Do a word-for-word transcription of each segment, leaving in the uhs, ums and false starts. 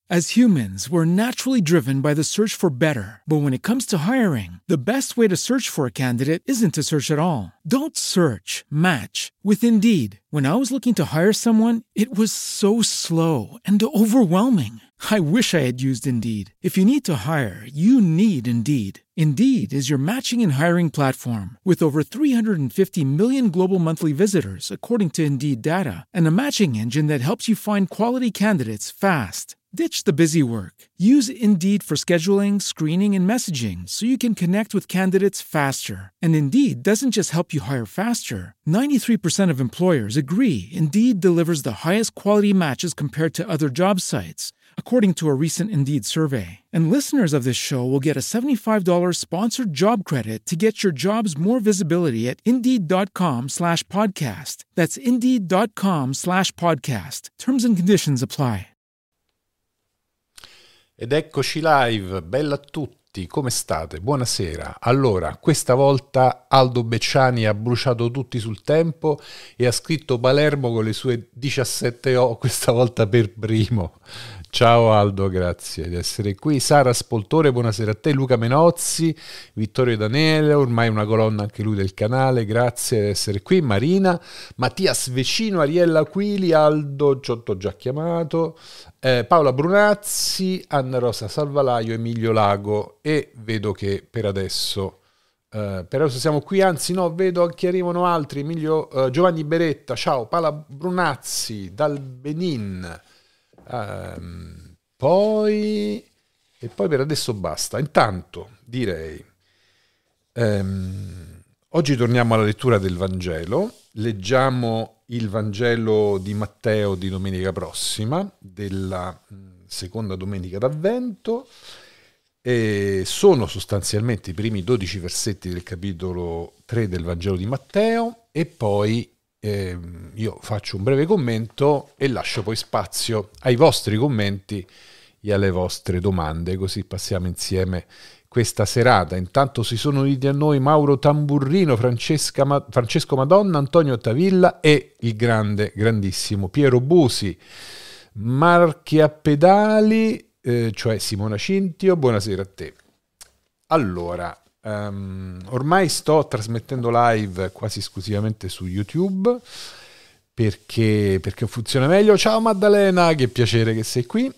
As humans, we're naturally driven by the search for better. But when it comes to hiring, the best way to search for a candidate isn't to search at all. Don't search, match with Indeed. When I was looking to hire someone, it was so slow and overwhelming. I wish I had used Indeed. If you need to hire, you need Indeed. Indeed is your matching and hiring platform with over three hundred fifty million global monthly visitors, according to Indeed data, and a matching engine that helps you find quality candidates fast. Ditch the busy work. Use Indeed for scheduling, screening, and messaging so you can connect with candidates faster. And Indeed doesn't just help you hire faster. ninety-three percent of employers agree Indeed delivers the highest quality matches compared to other job sites, according to a recent Indeed survey. And listeners of this show will get a seventy-five dollars sponsored job credit to get your jobs more visibility at Indeed.com slash podcast. That's Indeed.com slash podcast. Terms and conditions apply. Ed eccoci live, bella a tutti, come state? Buonasera. Allora, questa volta Aldo Becciani ha bruciato tutti sul tempo e ha scritto Palermo con le sue diciassette O, questa volta per primo. Ciao Aldo, grazie di essere qui. Sara Spoltore, buonasera a te. Luca Menozzi, Vittorio Daniele, ormai una colonna anche lui del canale, grazie di essere qui. Marina, Mattias Vecino, Ariella Aquili, Aldo, ci ho già chiamato, eh, Paola Brunazzi, Anna Rosa Salvalaio, Emilio Lago, e vedo che per adesso, eh, per adesso siamo qui, anzi no, vedo che arrivano altri, Emilio, eh, Giovanni Beretta, ciao, Paola Brunazzi dal Benin. Um, poi e poi per adesso basta. Intanto direi um, oggi torniamo alla lettura del Vangelo. Leggiamo il Vangelo di Matteo di domenica prossima, della mh, seconda domenica d'Avvento, e sono sostanzialmente i primi dodici versetti del capitolo tre del Vangelo di Matteo, e poi Eh, io faccio un breve commento e lascio poi spazio ai vostri commenti e alle vostre domande, così passiamo insieme questa serata. Intanto si sono uniti a noi Mauro Tamburrino, Francesca Ma- Francesco Madonna, Antonio Ottavilla e il grande, grandissimo Piero Busi. Marchi a pedali, eh, cioè Simona Cintio, buonasera a te. Allora, Um, ormai sto trasmettendo live quasi esclusivamente su YouTube perché, perché funziona meglio. Ciao Maddalena, che piacere che sei qui,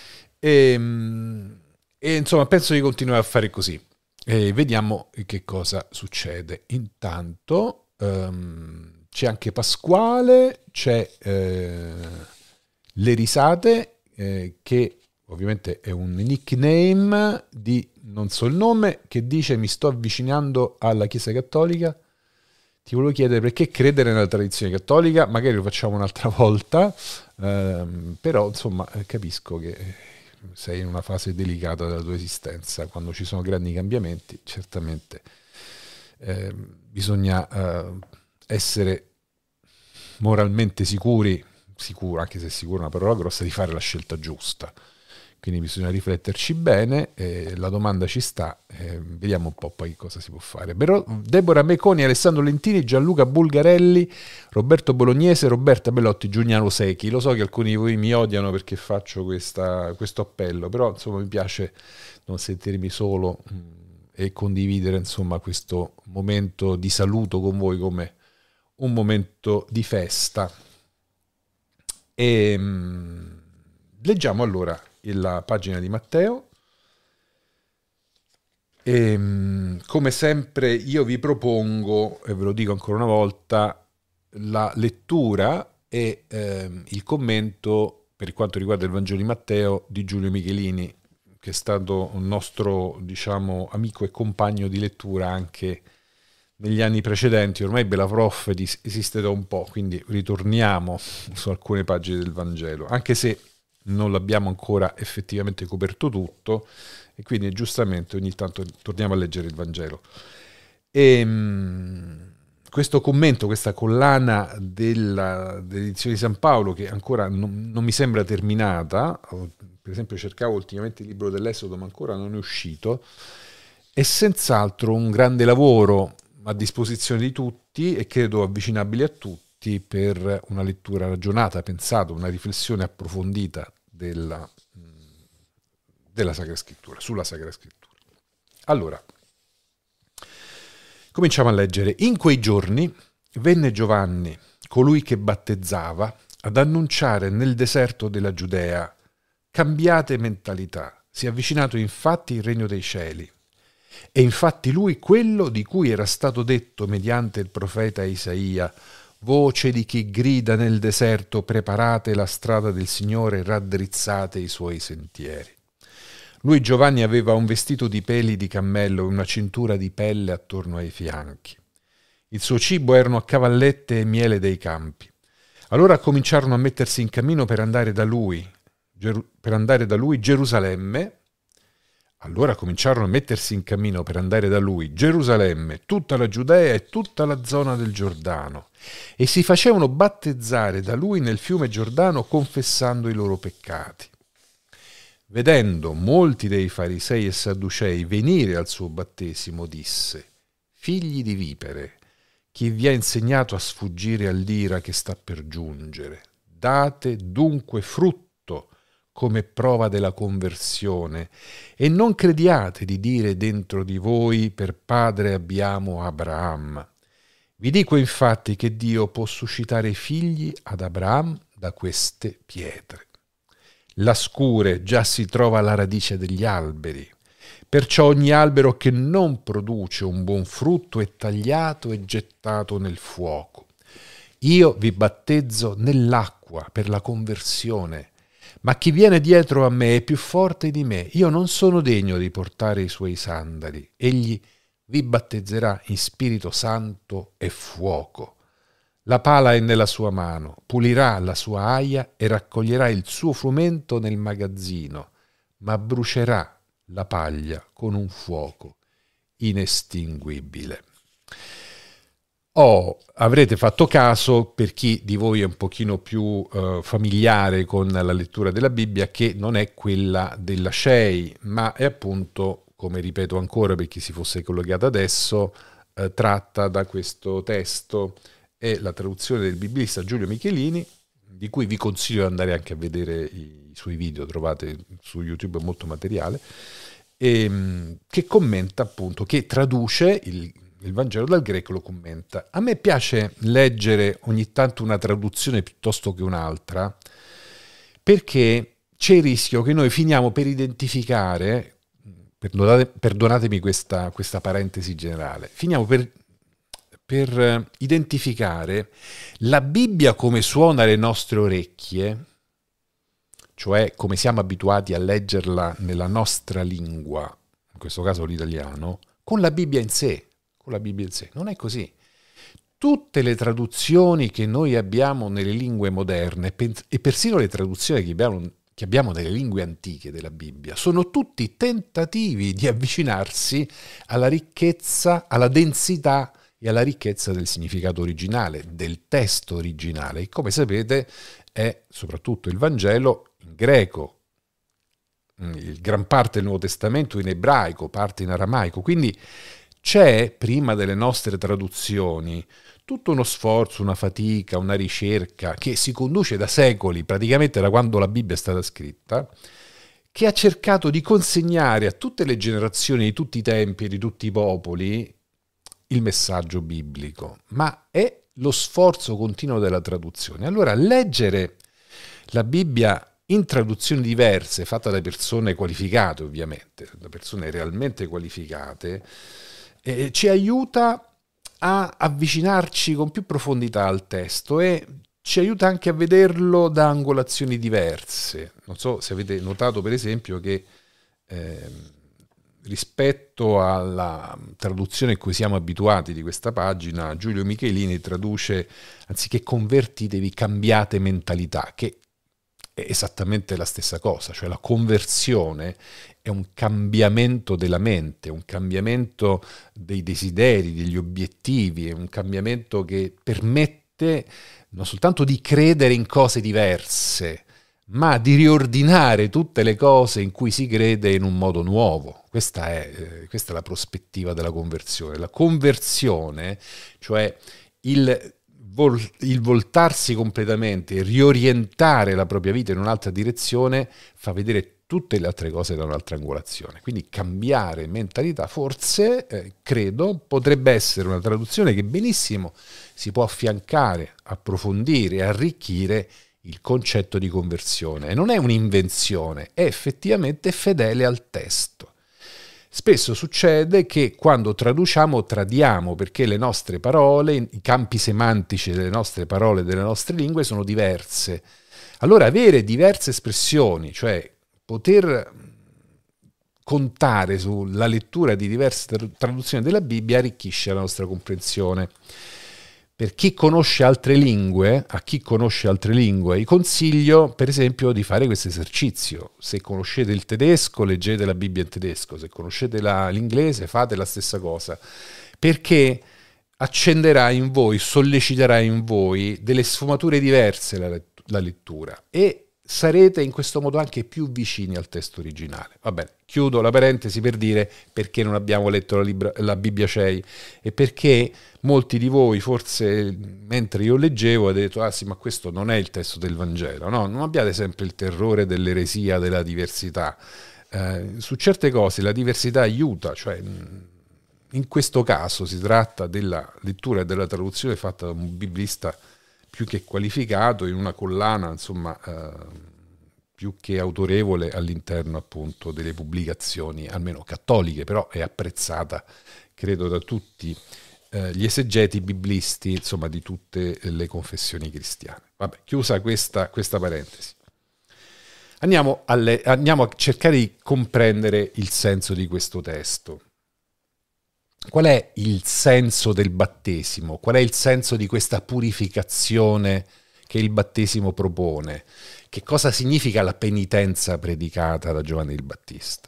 e, e insomma penso di continuare a fare così e vediamo che cosa succede. Intanto um, c'è anche Pasquale, c'è eh, Le Risate, eh, che ovviamente è un nickname di non so il nome, che dice: mi sto avvicinando alla Chiesa Cattolica, ti volevo chiedere perché credere nella tradizione cattolica, magari lo facciamo un'altra volta, ehm, però insomma capisco che sei in una fase delicata della tua esistenza, quando ci sono grandi cambiamenti certamente eh, bisogna eh, essere moralmente sicuri, sicuro, anche se sicuro è una parola grossa, di fare la scelta giusta. Quindi bisogna rifletterci bene, eh, la domanda ci sta, eh, vediamo un po' poi cosa si può fare. Però Deborah Meconi, Alessandro Lentini, Gianluca Bulgarelli, Roberto Bolognese, Roberta Bellotti, Giuliano Secchi. Lo so che alcuni di voi mi odiano perché faccio questa, questo appello, però insomma mi piace non sentirmi solo mh, e condividere insomma questo momento di saluto con voi come un momento di festa. E mh, leggiamo allora la pagina di Matteo e, come sempre, io vi propongo, e ve lo dico ancora una volta, la lettura e eh, il commento per quanto riguarda il Vangelo di Matteo di Giulio Michelini, che è stato un nostro, diciamo, amico e compagno di lettura anche negli anni precedenti. Ormai Bella Prof esiste da un po', quindi ritorniamo su alcune pagine del Vangelo, anche se non l'abbiamo ancora effettivamente coperto tutto, e quindi giustamente ogni tanto torniamo a leggere il Vangelo. E mh, questo commento, questa collana della, dell'edizione di San Paolo, che ancora non, non mi sembra terminata, per esempio cercavo ultimamente il libro dell'Esodo ma ancora non è uscito, è senz'altro un grande lavoro a disposizione di tutti e credo avvicinabile a tutti, per una lettura ragionata, pensata, una riflessione approfondita della, della Sacra Scrittura, sulla Sacra Scrittura. Allora, cominciamo a leggere. In quei giorni venne Giovanni, colui che battezzava, ad annunciare nel deserto della Giudea: cambiate mentalità, si è avvicinato infatti il regno dei cieli. E infatti lui quello di cui era stato detto mediante il profeta Isaia: voce di chi grida nel deserto, preparate la strada del Signore, raddrizzate i suoi sentieri. Lui, Giovanni, aveva un vestito di peli di cammello e una cintura di pelle attorno ai fianchi. Il suo cibo erano cavallette e miele dei campi. Allora cominciarono a mettersi in cammino per andare da lui, Geru- per andare da lui Gerusalemme. Allora cominciarono a mettersi in cammino per andare da lui Gerusalemme, tutta la Giudea e tutta la zona del Giordano, e si facevano battezzare da lui nel fiume Giordano, confessando i loro peccati. Vedendo molti dei farisei e sadducei venire al suo battesimo, disse: figli di vipere, chi vi ha insegnato a sfuggire all'ira che sta per giungere? Date dunque frutto come prova della conversione, e non crediate di dire dentro di voi: per padre abbiamo Abraham. Vi dico infatti che Dio può suscitare figli ad Abraham da queste pietre. La scure già si trova alla radice degli alberi, perciò ogni albero che non produce un buon frutto è tagliato e gettato nel fuoco. Io vi battezzo nell'acqua per la conversione, ma chi viene dietro a me è più forte di me. Io non sono degno di portare i suoi sandali. Egli vi battezzerà in Spirito Santo e fuoco. La pala è nella sua mano, pulirà la sua aia e raccoglierà il suo frumento nel magazzino, ma brucerà la paglia con un fuoco inestinguibile. Oh, avrete fatto caso, per chi di voi è un pochino più eh, familiare con la lettura della Bibbia, che non è quella della S C E I, ma è appunto, come ripeto ancora per chi si fosse collegato adesso, eh, tratta da questo testo. È la traduzione del biblista Giulio Michelini, di cui vi consiglio di andare anche a vedere i, i suoi video, trovate su YouTube molto materiale, e, che commenta appunto, che traduce il Il Vangelo dal greco, lo commenta. A me piace leggere ogni tanto una traduzione piuttosto che un'altra, perché c'è il rischio che noi finiamo per identificare, perdonate, perdonatemi questa, questa parentesi generale, finiamo per, per identificare la Bibbia come suona alle nostre orecchie, cioè come siamo abituati a leggerla nella nostra lingua, in questo caso l'italiano, con la Bibbia in sé. Con la Bibbia in sé. Non è così. Tutte le traduzioni che noi abbiamo nelle lingue moderne, e persino le traduzioni che abbiamo, che abbiamo nelle lingue antiche della Bibbia, sono tutti tentativi di avvicinarsi alla ricchezza, alla densità e alla ricchezza del significato originale, del testo originale. E come sapete è soprattutto il Vangelo in greco, in gran parte del Nuovo Testamento in ebraico, parte in aramaico, quindi c'è, prima delle nostre traduzioni, tutto uno sforzo, una fatica, una ricerca che si conduce da secoli, praticamente da quando la Bibbia è stata scritta, che ha cercato di consegnare a tutte le generazioni di tutti i tempi e di tutti i popoli il messaggio biblico. Ma è lo sforzo continuo della traduzione. Allora, leggere la Bibbia in traduzioni diverse, fatte da persone qualificate ovviamente, da persone realmente qualificate, Eh, ci aiuta a avvicinarci con più profondità al testo e ci aiuta anche a vederlo da angolazioni diverse. Non so se avete notato per esempio che eh, rispetto alla traduzione a cui siamo abituati di questa pagina, Giulio Michelini traduce, anziché convertitevi, cambiate mentalità, che è esattamente la stessa cosa, cioè la conversione è un cambiamento della mente, un cambiamento dei desideri, degli obiettivi, è un cambiamento che permette non soltanto di credere in cose diverse, ma di riordinare tutte le cose in cui si crede in un modo nuovo. Questa è, eh, questa è la prospettiva della conversione. La conversione, cioè il il voltarsi completamente, riorientare la propria vita in un'altra direzione, fa vedere tutte le altre cose da un'altra angolazione. Quindi cambiare mentalità, forse, eh, credo, potrebbe essere una traduzione che benissimo si può affiancare, approfondire, arricchire il concetto di conversione. E non è un'invenzione, è effettivamente fedele al testo. Spesso succede che quando traduciamo tradiamo, perché le nostre parole, i campi semantici delle nostre parole, delle nostre lingue sono diverse. Allora avere diverse espressioni, cioè poter contare sulla lettura di diverse traduzioni della Bibbia, arricchisce la nostra comprensione. Per chi conosce altre lingue, a chi conosce altre lingue, vi consiglio per esempio di fare questo esercizio. Se conoscete il tedesco, leggete la Bibbia in tedesco, se conoscete la, l'inglese, fate la stessa cosa, perché accenderà in voi, solleciterà in voi delle sfumature diverse la, la lettura e sarete in questo modo anche più vicini al testo originale. Va bene, chiudo la parentesi per dire perché non abbiamo letto la, libra, la Bibbia C E I e perché molti di voi, forse mentre io leggevo, avete detto, ah sì, ma questo non è il testo del Vangelo. No, non abbiate sempre il terrore dell'eresia, della diversità. Eh, su certe cose la diversità aiuta, cioè in questo caso si tratta della lettura e della traduzione fatta da un biblista più che qualificato, in una collana, insomma, eh, più che autorevole all'interno appunto delle pubblicazioni, almeno cattoliche, però è apprezzata, credo, da tutti eh, gli esegeti biblisti, insomma, di tutte le confessioni cristiane. Vabbè, chiusa questa, questa parentesi. Andiamo, alle, andiamo a cercare di comprendere il senso di questo testo. Qual è il senso del battesimo? Qual è il senso di questa purificazione che il battesimo propone? Che cosa significa la penitenza predicata da Giovanni il Battista?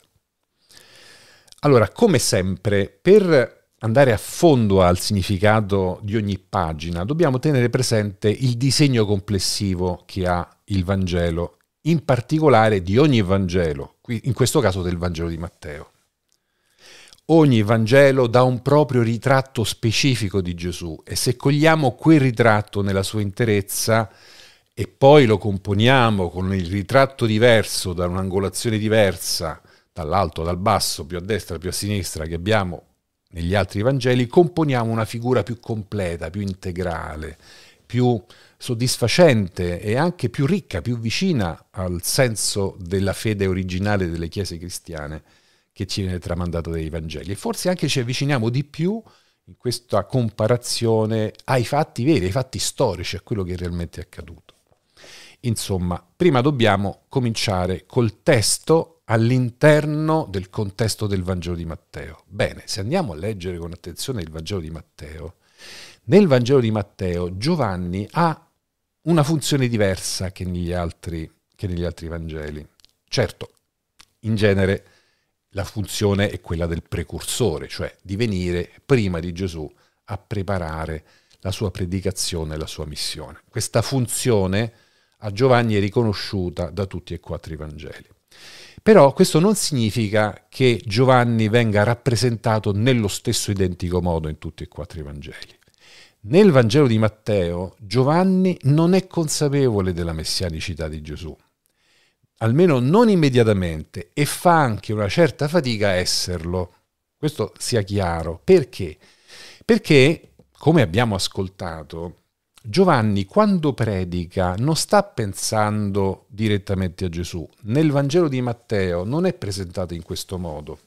Allora, come sempre, per andare a fondo al significato di ogni pagina, dobbiamo tenere presente il disegno complessivo che ha il Vangelo, in particolare di ogni Vangelo, in questo caso del Vangelo di Matteo. Ogni Vangelo dà un proprio ritratto specifico di Gesù e se cogliamo quel ritratto nella sua interezza e poi lo componiamo con il ritratto diverso, da un'angolazione diversa, dall'alto, dal basso, più a destra, più a sinistra, che abbiamo negli altri Vangeli, componiamo una figura più completa, più integrale, più soddisfacente e anche più ricca, più vicina al senso della fede originale delle chiese cristiane che ci viene tramandata dai Vangeli. E forse anche ci avviciniamo di più in questa comparazione ai fatti veri, ai fatti storici, a quello che realmente è accaduto. Insomma, prima dobbiamo cominciare col testo all'interno del contesto del Vangelo di Matteo. Bene, se andiamo a leggere con attenzione il Vangelo di Matteo, nel Vangelo di Matteo Giovanni ha una funzione diversa che negli altri, che negli altri Vangeli. Certo, in genere la funzione è quella del precursore, cioè di venire prima di Gesù a preparare la sua predicazione, la sua missione. Questa funzione a Giovanni è riconosciuta da tutti e quattro i Vangeli. Però questo non significa che Giovanni venga rappresentato nello stesso identico modo in tutti e quattro i Vangeli. Nel Vangelo di Matteo Giovanni non è consapevole della messianicità di Gesù, almeno non immediatamente, e fa anche una certa fatica a esserlo. Questo sia chiaro. Perché? Perché, come abbiamo ascoltato, Giovanni quando predica non sta pensando direttamente a Gesù. Nel Vangelo di Matteo non è presentato in questo modo.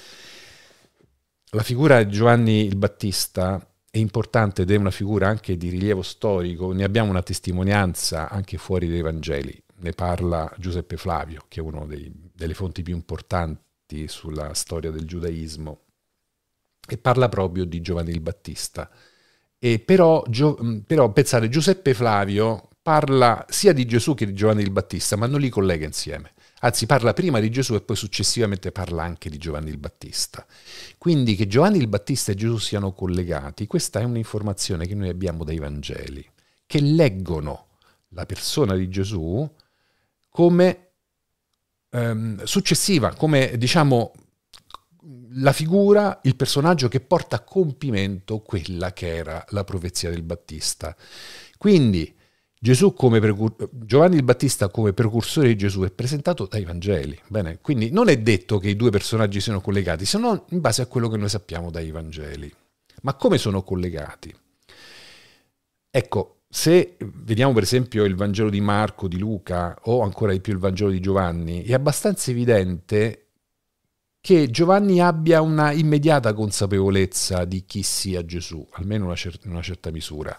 La figura di Giovanni il Battista è importante ed è una figura anche di rilievo storico. Ne abbiamo una testimonianza anche fuori dai Vangeli. Ne parla Giuseppe Flavio, che è una delle fonti più importanti sulla storia del giudaismo, e parla proprio di Giovanni il Battista. E però, però pensate, Giuseppe Flavio parla sia di Gesù che di Giovanni il Battista, ma non li collega insieme. Anzi, parla prima di Gesù e poi successivamente parla anche di Giovanni il Battista. Quindi che Giovanni il Battista e Gesù siano collegati, questa è un'informazione che noi abbiamo dai Vangeli, che leggono la persona di Gesù come ehm, successiva, come diciamo la figura, il personaggio che porta a compimento quella che era la profezia del Battista. Quindi Gesù come precur- Giovanni il Battista come precursore di Gesù è presentato dai Vangeli. Bene? Quindi non è detto che i due personaggi siano collegati, se non in base a quello che noi sappiamo dai Vangeli. Ma come sono collegati? Ecco, se vediamo per esempio il Vangelo di Marco, di Luca o ancora di più il Vangelo di Giovanni, è abbastanza evidente che Giovanni abbia una immediata consapevolezza di chi sia Gesù, almeno in una, cer- in una certa misura.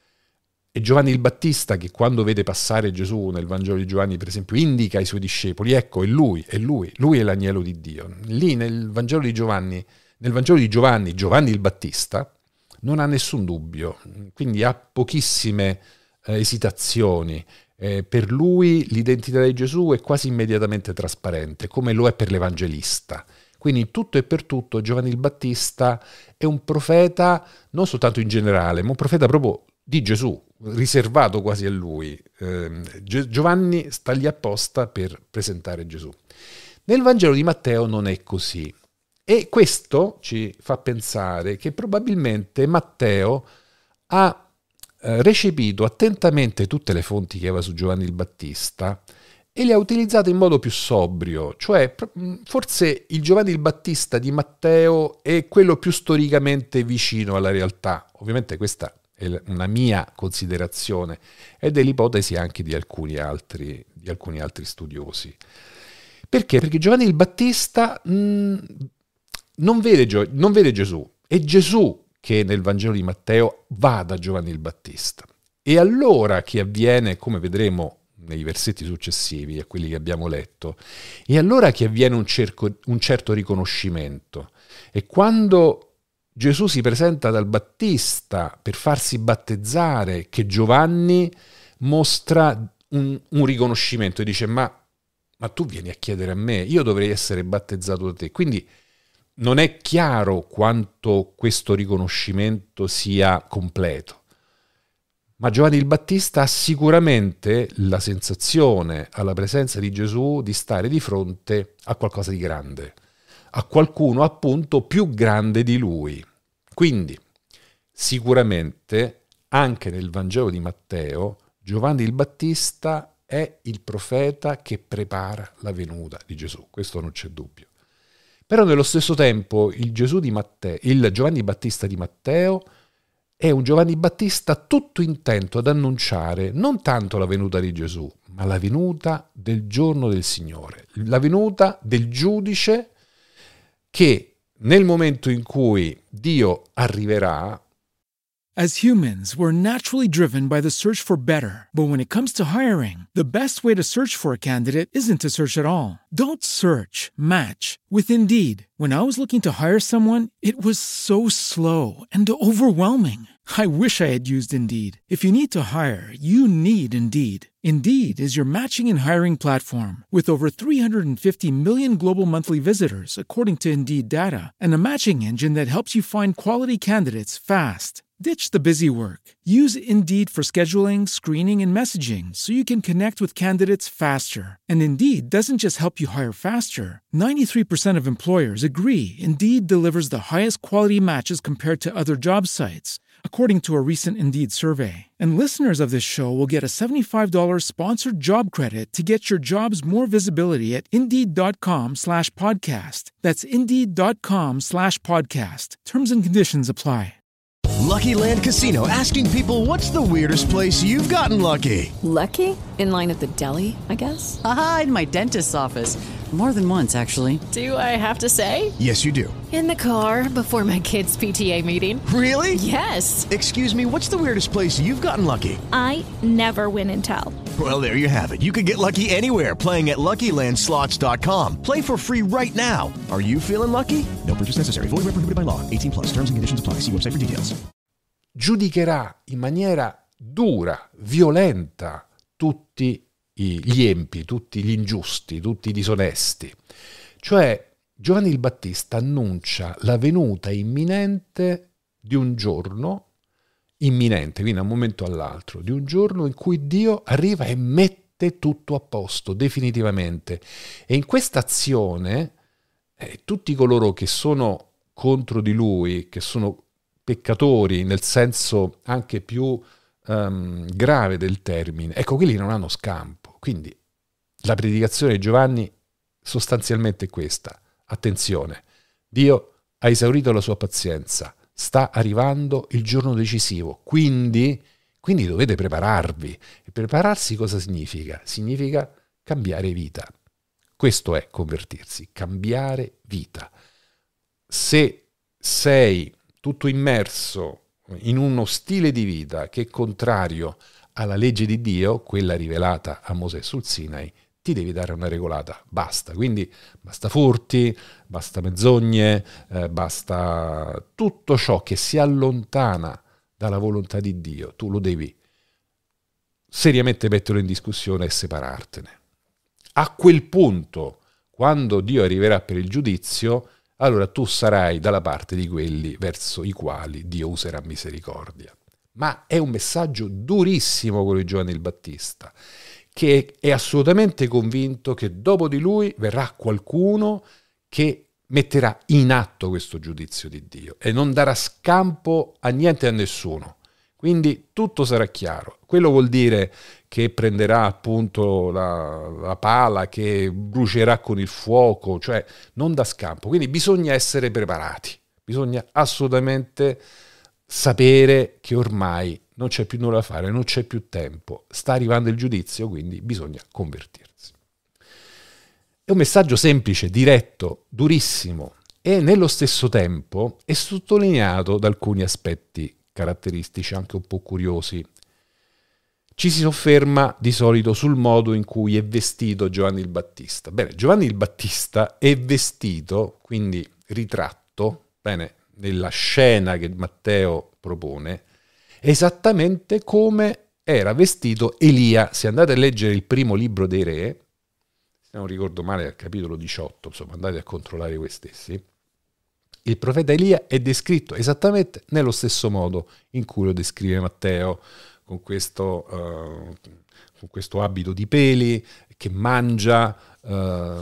E Giovanni il Battista, che quando vede passare Gesù nel Vangelo di Giovanni, per esempio, indica ai suoi discepoli, ecco, è lui, è lui, lui è l'agnello di Dio. Lì nel Vangelo di Giovanni, nel Vangelo di Giovanni, Giovanni il Battista non ha nessun dubbio, quindi ha pochissime eh, esitazioni. Eh, per lui l'identità di Gesù è quasi immediatamente trasparente, come lo è per l'Evangelista. Quindi in tutto e per tutto Giovanni il Battista è un profeta non soltanto in generale, ma un profeta proprio di Gesù, riservato quasi a lui. Eh, Giovanni sta lì apposta per presentare Gesù. Nel Vangelo di Matteo non è così. E questo ci fa pensare che probabilmente Matteo ha eh, recepito attentamente tutte le fonti che aveva su Giovanni il Battista e le ha utilizzate in modo più sobrio, cioè forse il Giovanni il Battista di Matteo è quello più storicamente vicino alla realtà. Ovviamente questa è una mia considerazione ed è l'ipotesi anche di alcuni altri, di alcuni altri studiosi. Perché? Perché Giovanni il Battista mh, non vede, non vede Gesù, è Gesù che nel Vangelo di Matteo va da Giovanni il Battista. E allora che avviene, come vedremo nei versetti successivi a quelli che abbiamo letto, e allora che avviene un, cerco, un certo riconoscimento. E quando Gesù si presenta dal Battista per farsi battezzare, che Giovanni mostra un, un riconoscimento e dice ma, ma tu vieni a chiedere a me, io dovrei essere battezzato da te. Quindi non è chiaro quanto questo riconoscimento sia completo. Ma Giovanni il Battista ha sicuramente la sensazione alla presenza di Gesù di stare di fronte a qualcosa di grande, a qualcuno appunto più grande di lui. Quindi sicuramente anche nel Vangelo di Matteo Giovanni il Battista è il profeta che prepara la venuta di Gesù, questo non c'è dubbio. Però nello stesso tempo il Gesù di Matteo, il Giovanni Battista di Matteo è un Giovanni Battista tutto intento ad annunciare non tanto la venuta di Gesù, ma la venuta del giorno del Signore, la venuta del giudice che nel momento in cui Dio arriverà. As humans, we're naturally driven by the search for better. But when it comes to hiring, the best way to search for a candidate isn't to search at all. Don't search, match with Indeed. When I was looking to hire someone, it was so slow and overwhelming. I wish I had used Indeed. If you need to hire, you need Indeed. Indeed is your matching and hiring platform with over three hundred fifty million global monthly visitors, according to Indeed data, and a matching engine that helps you find quality candidates fast. Ditch the busy work. Use Indeed for scheduling, screening, and messaging so you can connect with candidates faster. And Indeed doesn't just help you hire faster. ninety-three percent of employers agree Indeed delivers the highest quality matches compared to other job sites, according to a recent Indeed survey. And listeners of this show will get a seventy-five dollars sponsored job credit to get your jobs more visibility at Indeed.com slash podcast. That's Indeed.com slash podcast. Terms and conditions apply. Lucky Land Casino, asking people, what's the weirdest place you've gotten lucky? Lucky? In line at the deli, I guess? Aha, in my dentist's office. More than once, actually. Do I have to say? Yes, you do. In the car before my kids' P T A meeting. Really? Yes. Excuse me, what's the weirdest place you've gotten lucky? I never win and tell. Well, there you have it. You can get lucky anywhere, playing at Lucky Land Slots dot com. Play for free right now. Are you feeling lucky? No purchase necessary. Void where prohibited by law. eighteen plus. Terms and conditions apply. See website for details. Giudicherà in maniera dura, violenta, tutti gli empi, tutti gli ingiusti, tutti i disonesti. Cioè Giovanni il Battista annuncia la venuta imminente di un giorno, imminente, quindi da un momento all'altro, di un giorno in cui Dio arriva e mette tutto a posto, definitivamente. E in questa azione eh, tutti coloro che sono contro di lui, che sono peccatori nel senso anche più um, grave del termine, ecco, quelli non hanno scampo. Quindi la predicazione di Giovanni sostanzialmente è questa: attenzione, Dio ha esaurito la sua pazienza, sta arrivando il giorno decisivo, quindi, quindi dovete prepararvi. E prepararsi cosa significa? Significa cambiare vita. Questo è convertirsi, cambiare vita. Se sei tutto immerso in uno stile di vita che è contrario alla legge di Dio, quella rivelata a Mosè sul Sinai, ti devi dare una regolata, basta. Quindi basta furti, basta menzogne, eh, basta tutto ciò che si allontana dalla volontà di Dio, tu lo devi seriamente metterlo in discussione e separartene. A quel punto, quando Dio arriverà per il giudizio, allora tu sarai dalla parte di quelli verso i quali Dio userà misericordia. Ma è un messaggio durissimo quello di Giovanni il Battista, che è assolutamente convinto che dopo di lui verrà qualcuno che metterà in atto questo giudizio di Dio e non darà scampo a niente e a nessuno. Quindi tutto sarà chiaro. Quello vuol dire che prenderà appunto la, la pala, che brucerà con il fuoco, cioè non dà scampo. Quindi bisogna essere preparati, bisogna assolutamente sapere che ormai non c'è più nulla da fare, non c'è più tempo, sta arrivando il giudizio, quindi bisogna convertirsi. È un messaggio semplice, diretto, durissimo e nello stesso tempo è sottolineato da alcuni aspetti caratteristici, anche un po' curiosi. Ci si sofferma di solito sul modo in cui è vestito Giovanni il Battista. Bene, Giovanni il Battista è vestito, quindi ritratto, bene, nella scena che Matteo propone, esattamente come era vestito Elia. Se andate a leggere il primo libro dei re, se non ricordo male al capitolo diciotto, insomma andate a controllare voi stessi, il profeta Elia è descritto esattamente nello stesso modo in cui lo descrive Matteo, con questo, uh, con questo abito di peli, che mangia uh,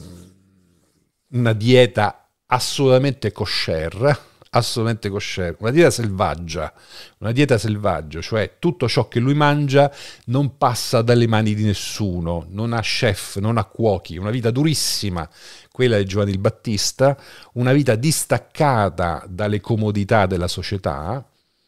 una dieta assolutamente kosher, assolutamente kosher, una dieta selvaggia, una dieta selvaggia, cioè tutto ciò che lui mangia non passa dalle mani di nessuno, non ha chef, non ha cuochi, una vita durissima, quella di Giovanni il Battista, una vita distaccata dalle comodità della società.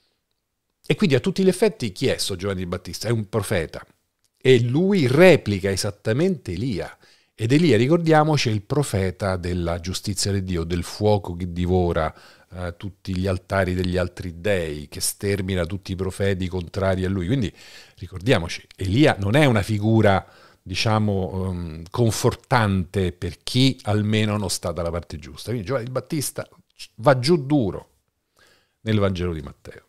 E quindi a tutti gli effetti chi è sto Giovanni il Battista? È un profeta e lui replica esattamente Elia. Ed Elia, ricordiamoci, è il profeta della giustizia di Dio, del fuoco che divora eh, tutti gli altari degli altri dei, che stermina tutti i profeti contrari a lui. Quindi ricordiamoci, Elia non è una figura, diciamo, um, confortante per chi almeno non sta dalla parte giusta. Quindi Giovanni il Battista va giù duro nel Vangelo di Matteo.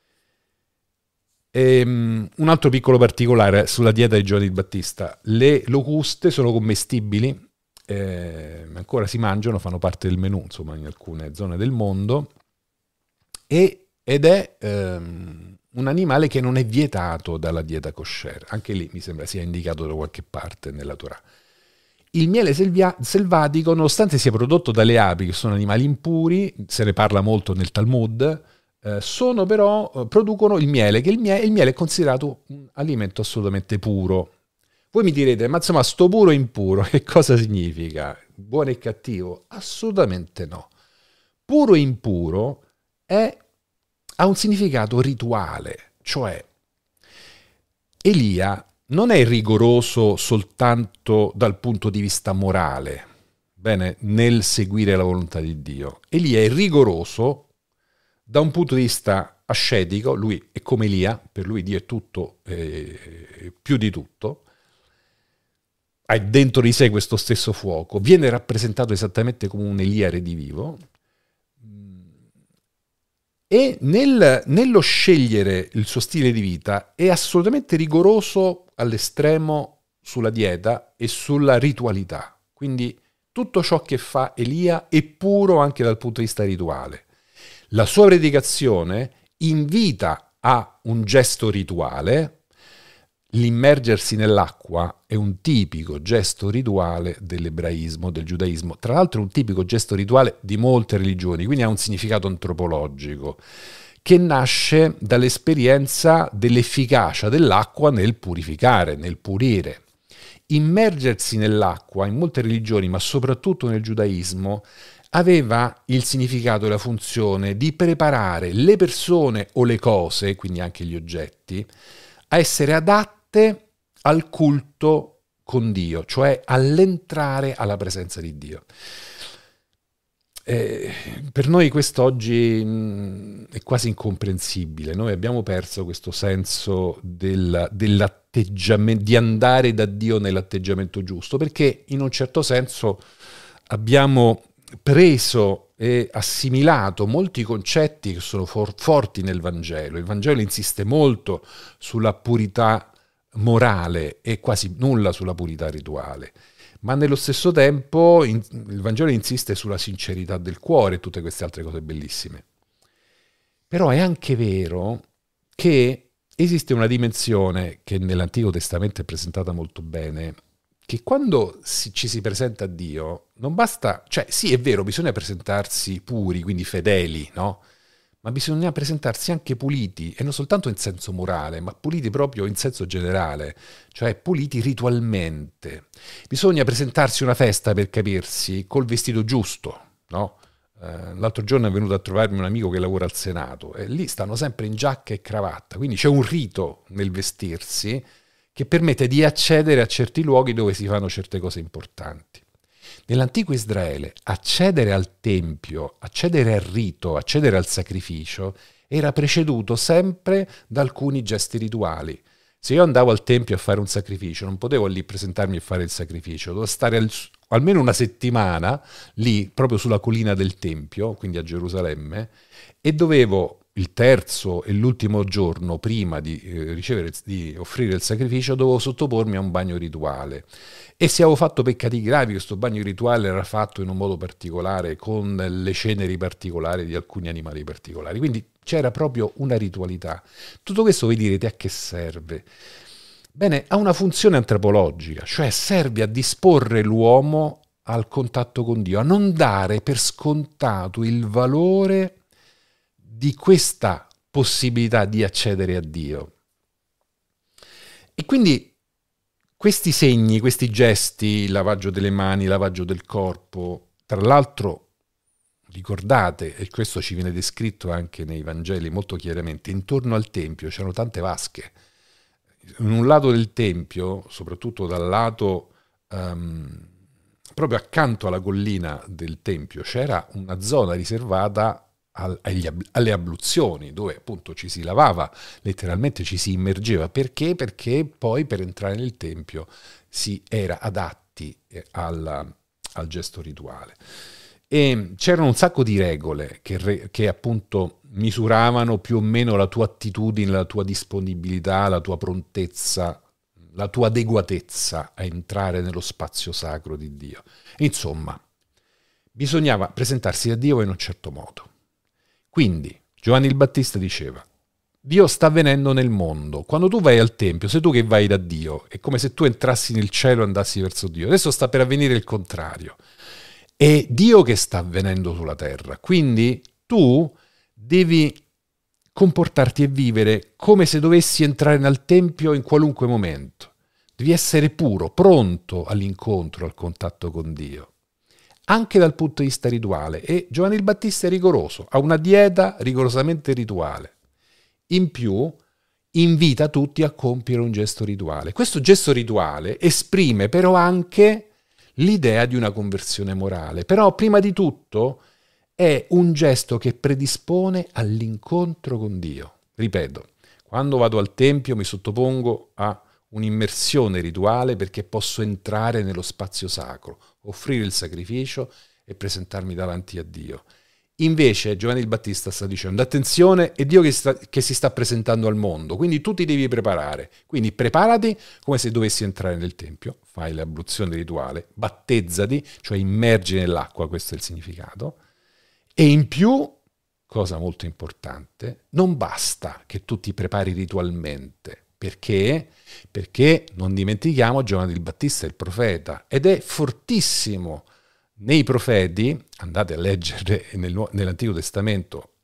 E, um, un altro piccolo particolare sulla dieta di Giovanni il Battista: le locuste sono commestibili, eh, ancora si mangiano, fanno parte del menù insomma in alcune zone del mondo, e, ed è um, un animale che non è vietato dalla dieta kosher, anche lì mi sembra sia indicato da qualche parte nella Torah. Il miele selvia- selvatico, nonostante sia prodotto dalle api, che sono animali impuri, se ne parla molto nel Talmud, Eh, sono però, eh, producono il miele, che il miele, il miele è considerato un alimento assolutamente puro. Voi mi direte, ma insomma, sto puro e impuro, che cosa significa? Buono e cattivo? Assolutamente no. Puro e impuro è, ha un significato rituale, cioè Elia non è rigoroso soltanto dal punto di vista morale, bene, nel seguire la volontà di Dio. Elia è rigoroso da un punto di vista ascetico, lui è come Elia, per lui Dio è tutto, eh, più di tutto, ha dentro di sé questo stesso fuoco, viene rappresentato esattamente come un Elia redivivo, e nel, nello scegliere il suo stile di vita è assolutamente rigoroso all'estremo sulla dieta e sulla ritualità. Quindi tutto ciò che fa Elia è puro anche dal punto di vista rituale. La sua predicazione invita a un gesto rituale. L'immergersi nell'acqua è un tipico gesto rituale dell'ebraismo, del giudaismo. Tra l'altro è un tipico gesto rituale di molte religioni, quindi ha un significato antropologico, che nasce dall'esperienza dell'efficacia dell'acqua nel purificare, nel pulire. Immergersi nell'acqua in molte religioni, ma soprattutto nel giudaismo, aveva il significato e la funzione di preparare le persone o le cose, quindi anche gli oggetti, a essere adatte al culto con Dio, cioè all'entrare alla presenza di Dio. Eh, per noi quest'oggi mh, è quasi incomprensibile. Noi abbiamo perso questo senso del, dell'atteggiamento, di andare da Dio nell'atteggiamento giusto, perché in un certo senso abbiamo preso e assimilato molti concetti che sono for- forti nel Vangelo. Il Vangelo insiste molto sulla purità morale e quasi nulla sulla purità rituale. Ma nello stesso tempo in, il Vangelo insiste sulla sincerità del cuore e tutte queste altre cose bellissime. Però è anche vero che esiste una dimensione che nell'Antico Testamento è presentata molto bene, che quando si, ci si presenta a Dio non basta, cioè sì è vero, bisogna presentarsi puri, quindi fedeli, no? Ma bisogna presentarsi anche puliti, e non soltanto in senso morale, ma puliti proprio in senso generale, cioè puliti ritualmente. Bisogna presentarsi una festa, per capirsi, col vestito giusto, no? Eh, l'altro giorno è venuto a trovarmi un amico che lavora al Senato, e lì stanno sempre in giacca e cravatta, quindi c'è un rito nel vestirsi che permette di accedere a certi luoghi dove si fanno certe cose importanti. Nell'antico Israele accedere al tempio, accedere al rito, accedere al sacrificio era preceduto sempre da alcuni gesti rituali. Se io andavo al tempio a fare un sacrificio, non potevo lì presentarmi e fare il sacrificio, dovevo stare al, almeno una settimana lì, proprio sulla collina del tempio, quindi a Gerusalemme, e dovevo il terzo e l'ultimo giorno prima di eh, ricevere, di offrire il sacrificio, dovevo sottopormi a un bagno rituale. E se avevo fatto peccati gravi, questo bagno rituale era fatto in un modo particolare, con le ceneri particolari di alcuni animali particolari. Quindi c'era proprio una ritualità. Tutto questo voi direte a che serve? Bene, ha una funzione antropologica, cioè serve a disporre l'uomo al contatto con Dio, a non dare per scontato il valore di questa possibilità di accedere a Dio. E quindi questi segni, questi gesti, il lavaggio delle mani, il lavaggio del corpo, tra l'altro ricordate, e questo ci viene descritto anche nei Vangeli molto chiaramente, intorno al Tempio c'erano tante vasche. In un lato del Tempio, soprattutto dal lato um, proprio accanto alla collina del Tempio, c'era una zona riservata Agli, alle abluzioni, dove appunto ci si lavava, letteralmente ci si immergeva. Perché? Perché poi per entrare nel tempio si era adatti al, al gesto rituale. E c'erano un sacco di regole che, che appunto misuravano più o meno la tua attitudine, la tua disponibilità, la tua prontezza, la tua adeguatezza a entrare nello spazio sacro di Dio. Insomma, bisognava presentarsi a Dio in un certo modo. Quindi Giovanni il Battista diceva: Dio sta avvenendo nel mondo. Quando tu vai al Tempio, sei tu che vai da Dio, è come se tu entrassi nel cielo e andassi verso Dio. Adesso sta per avvenire il contrario. È Dio che sta avvenendo sulla terra. Quindi tu devi comportarti e vivere come se dovessi entrare nel Tempio in qualunque momento. Devi essere puro, pronto all'incontro, al contatto con Dio, anche dal punto di vista rituale. E Giovanni il Battista è rigoroso, ha una dieta rigorosamente rituale. In più, invita tutti a compiere un gesto rituale. Questo gesto rituale esprime però anche l'idea di una conversione morale. Però, prima di tutto, è un gesto che predispone all'incontro con Dio. Ripeto, quando vado al Tempio mi sottopongo a un'immersione rituale perché posso entrare nello spazio sacro, offrire il sacrificio e presentarmi davanti a Dio. Invece Giovanni il Battista sta dicendo: attenzione, è Dio che, sta, che si sta presentando al mondo, quindi tu ti devi preparare. Quindi preparati come se dovessi entrare nel Tempio, fai l'abluzione rituale, battezzati, cioè immergi nell'acqua, questo è il significato, e in più, cosa molto importante, non basta che tu ti prepari ritualmente. Perché? Perché, non dimentichiamo, Giovanni il Battista è il profeta ed è fortissimo nei profeti. Andate a leggere nel, nell'Antico Testamento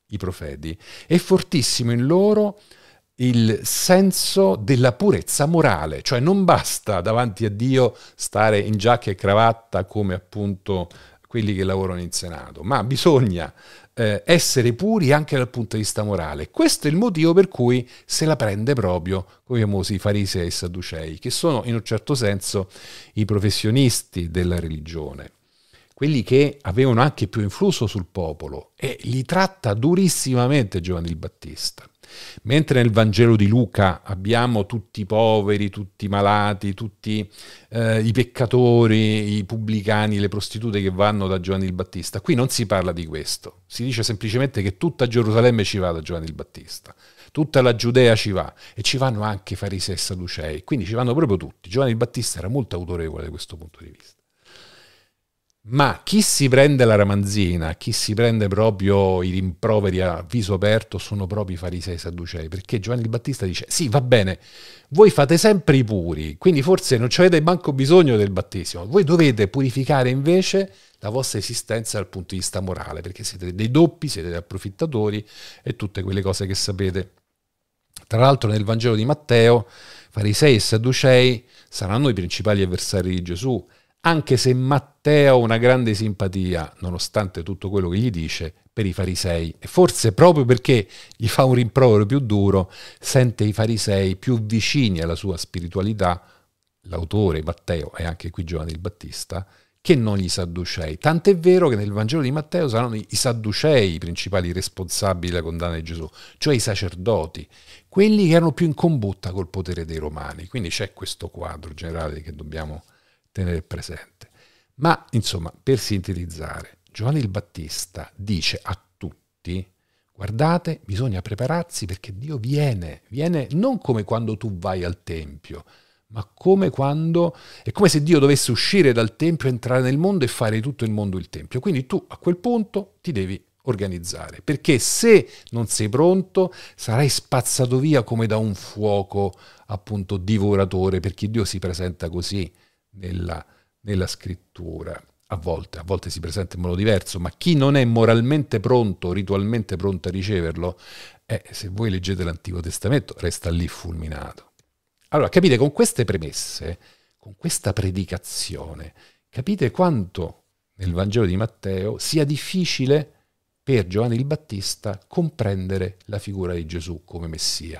i profeti, è fortissimo in loro il senso della purezza morale, cioè non basta davanti a Dio stare in giacca e cravatta come appunto quelli che lavorano in Senato, ma bisogna eh, essere puri anche dal punto di vista morale. Questo è il motivo per cui se la prende proprio con i famosi farisei e sadducei, che sono in un certo senso i professionisti della religione, quelli che avevano anche più influsso sul popolo, e li tratta durissimamente Giovanni il Battista. Mentre nel Vangelo di Luca abbiamo tutti i poveri, tutti i malati, tutti eh, i peccatori, i pubblicani, le prostitute che vanno da Giovanni il Battista, qui non si parla di questo, si dice semplicemente che tutta Gerusalemme ci va da Giovanni il Battista, tutta la Giudea ci va, e ci vanno anche i farisei e sadducei, quindi ci vanno proprio tutti. Giovanni il Battista era molto autorevole da questo punto di vista. Ma chi si prende la ramanzina, chi si prende proprio i rimproveri a viso aperto sono proprio i farisei e sadducei, perché Giovanni il Battista dice: sì, va bene, voi fate sempre i puri, quindi forse non ci avete manco bisogno del battesimo, voi dovete purificare invece la vostra esistenza dal punto di vista morale, perché siete dei doppi, siete dei approfittatori e tutte quelle cose che sapete. Tra l'altro nel Vangelo di Matteo farisei e sadducei saranno i principali avversari di Gesù, anche se Matteo ha una grande simpatia, nonostante tutto quello che gli dice, per i farisei. E forse proprio perché gli fa un rimprovero più duro, sente i farisei più vicini alla sua spiritualità, l'autore Matteo e anche qui Giovanni il Battista, che non gli sadducei. Tant'è vero che nel Vangelo di Matteo saranno i sadducei i principali responsabili della condanna di Gesù, cioè i sacerdoti, quelli che erano più in combutta col potere dei romani. Quindi c'è questo quadro generale che dobbiamo tenere presente. Ma insomma, per sintetizzare, Giovanni il Battista dice a tutti: guardate, bisogna prepararsi perché Dio viene, viene non come quando tu vai al Tempio, ma come quando, è come se Dio dovesse uscire dal Tempio, entrare nel mondo e fare di tutto il mondo il Tempio. Quindi tu a quel punto ti devi organizzare, perché se non sei pronto sarai spazzato via come da un fuoco appunto divoratore, perché Dio si presenta così Nella, nella scrittura. A volte, a volte si presenta in modo diverso, ma chi non è moralmente pronto, ritualmente pronto a riceverlo, eh, se voi leggete l'Antico Testamento, resta lì fulminato. Allora, capite, con queste premesse, con questa predicazione, capite quanto nel Vangelo di Matteo sia difficile per Giovanni il Battista comprendere la figura di Gesù come Messia.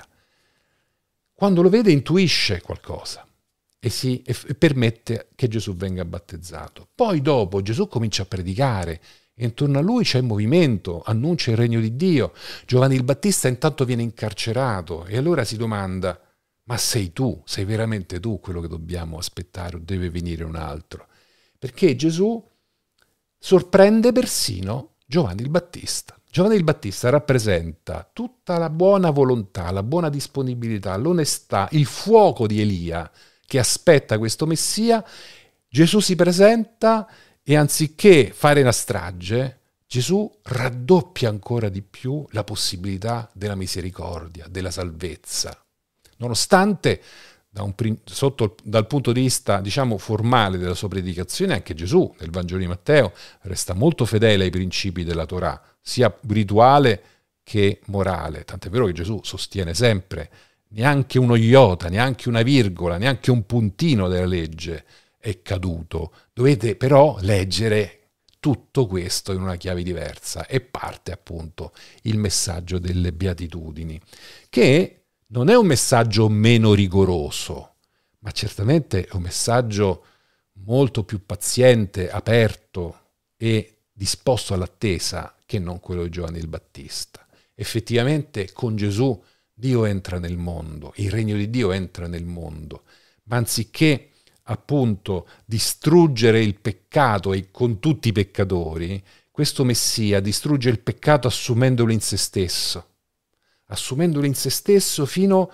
Quando lo vede intuisce qualcosa e si e permette che Gesù venga battezzato. Poi dopo Gesù comincia a predicare e intorno a lui c'è il movimento, annuncia il regno di Dio. Giovanni il Battista intanto viene incarcerato e allora si domanda: ma sei tu, sei veramente tu quello che dobbiamo aspettare o deve venire un altro? Perché Gesù sorprende persino Giovanni il Battista. Giovanni il Battista rappresenta tutta la buona volontà, la buona disponibilità, l'onestà, il fuoco di Elia che aspetta questo Messia. Gesù si presenta e anziché fare una strage, Gesù raddoppia ancora di più la possibilità della misericordia, della salvezza. Nonostante, da un, sotto, dal punto di vista, diciamo, formale della sua predicazione, anche Gesù nel Vangelo di Matteo resta molto fedele ai principi della Torah, sia rituale che morale. Tant'è vero che Gesù sostiene sempre: neanche uno iota, neanche una virgola, neanche un puntino della legge è caduto. Dovete però leggere tutto questo in una chiave diversa, e parte appunto il messaggio delle beatitudini, che non è un messaggio meno rigoroso, ma certamente è un messaggio molto più paziente, aperto e disposto all'attesa che non quello di Giovanni il Battista. Effettivamente con Gesù Dio entra nel mondo, il regno di Dio entra nel mondo, ma anziché appunto distruggere il peccato e con tutti i peccatori, questo Messia distrugge il peccato assumendolo in se stesso, assumendolo in se stesso fino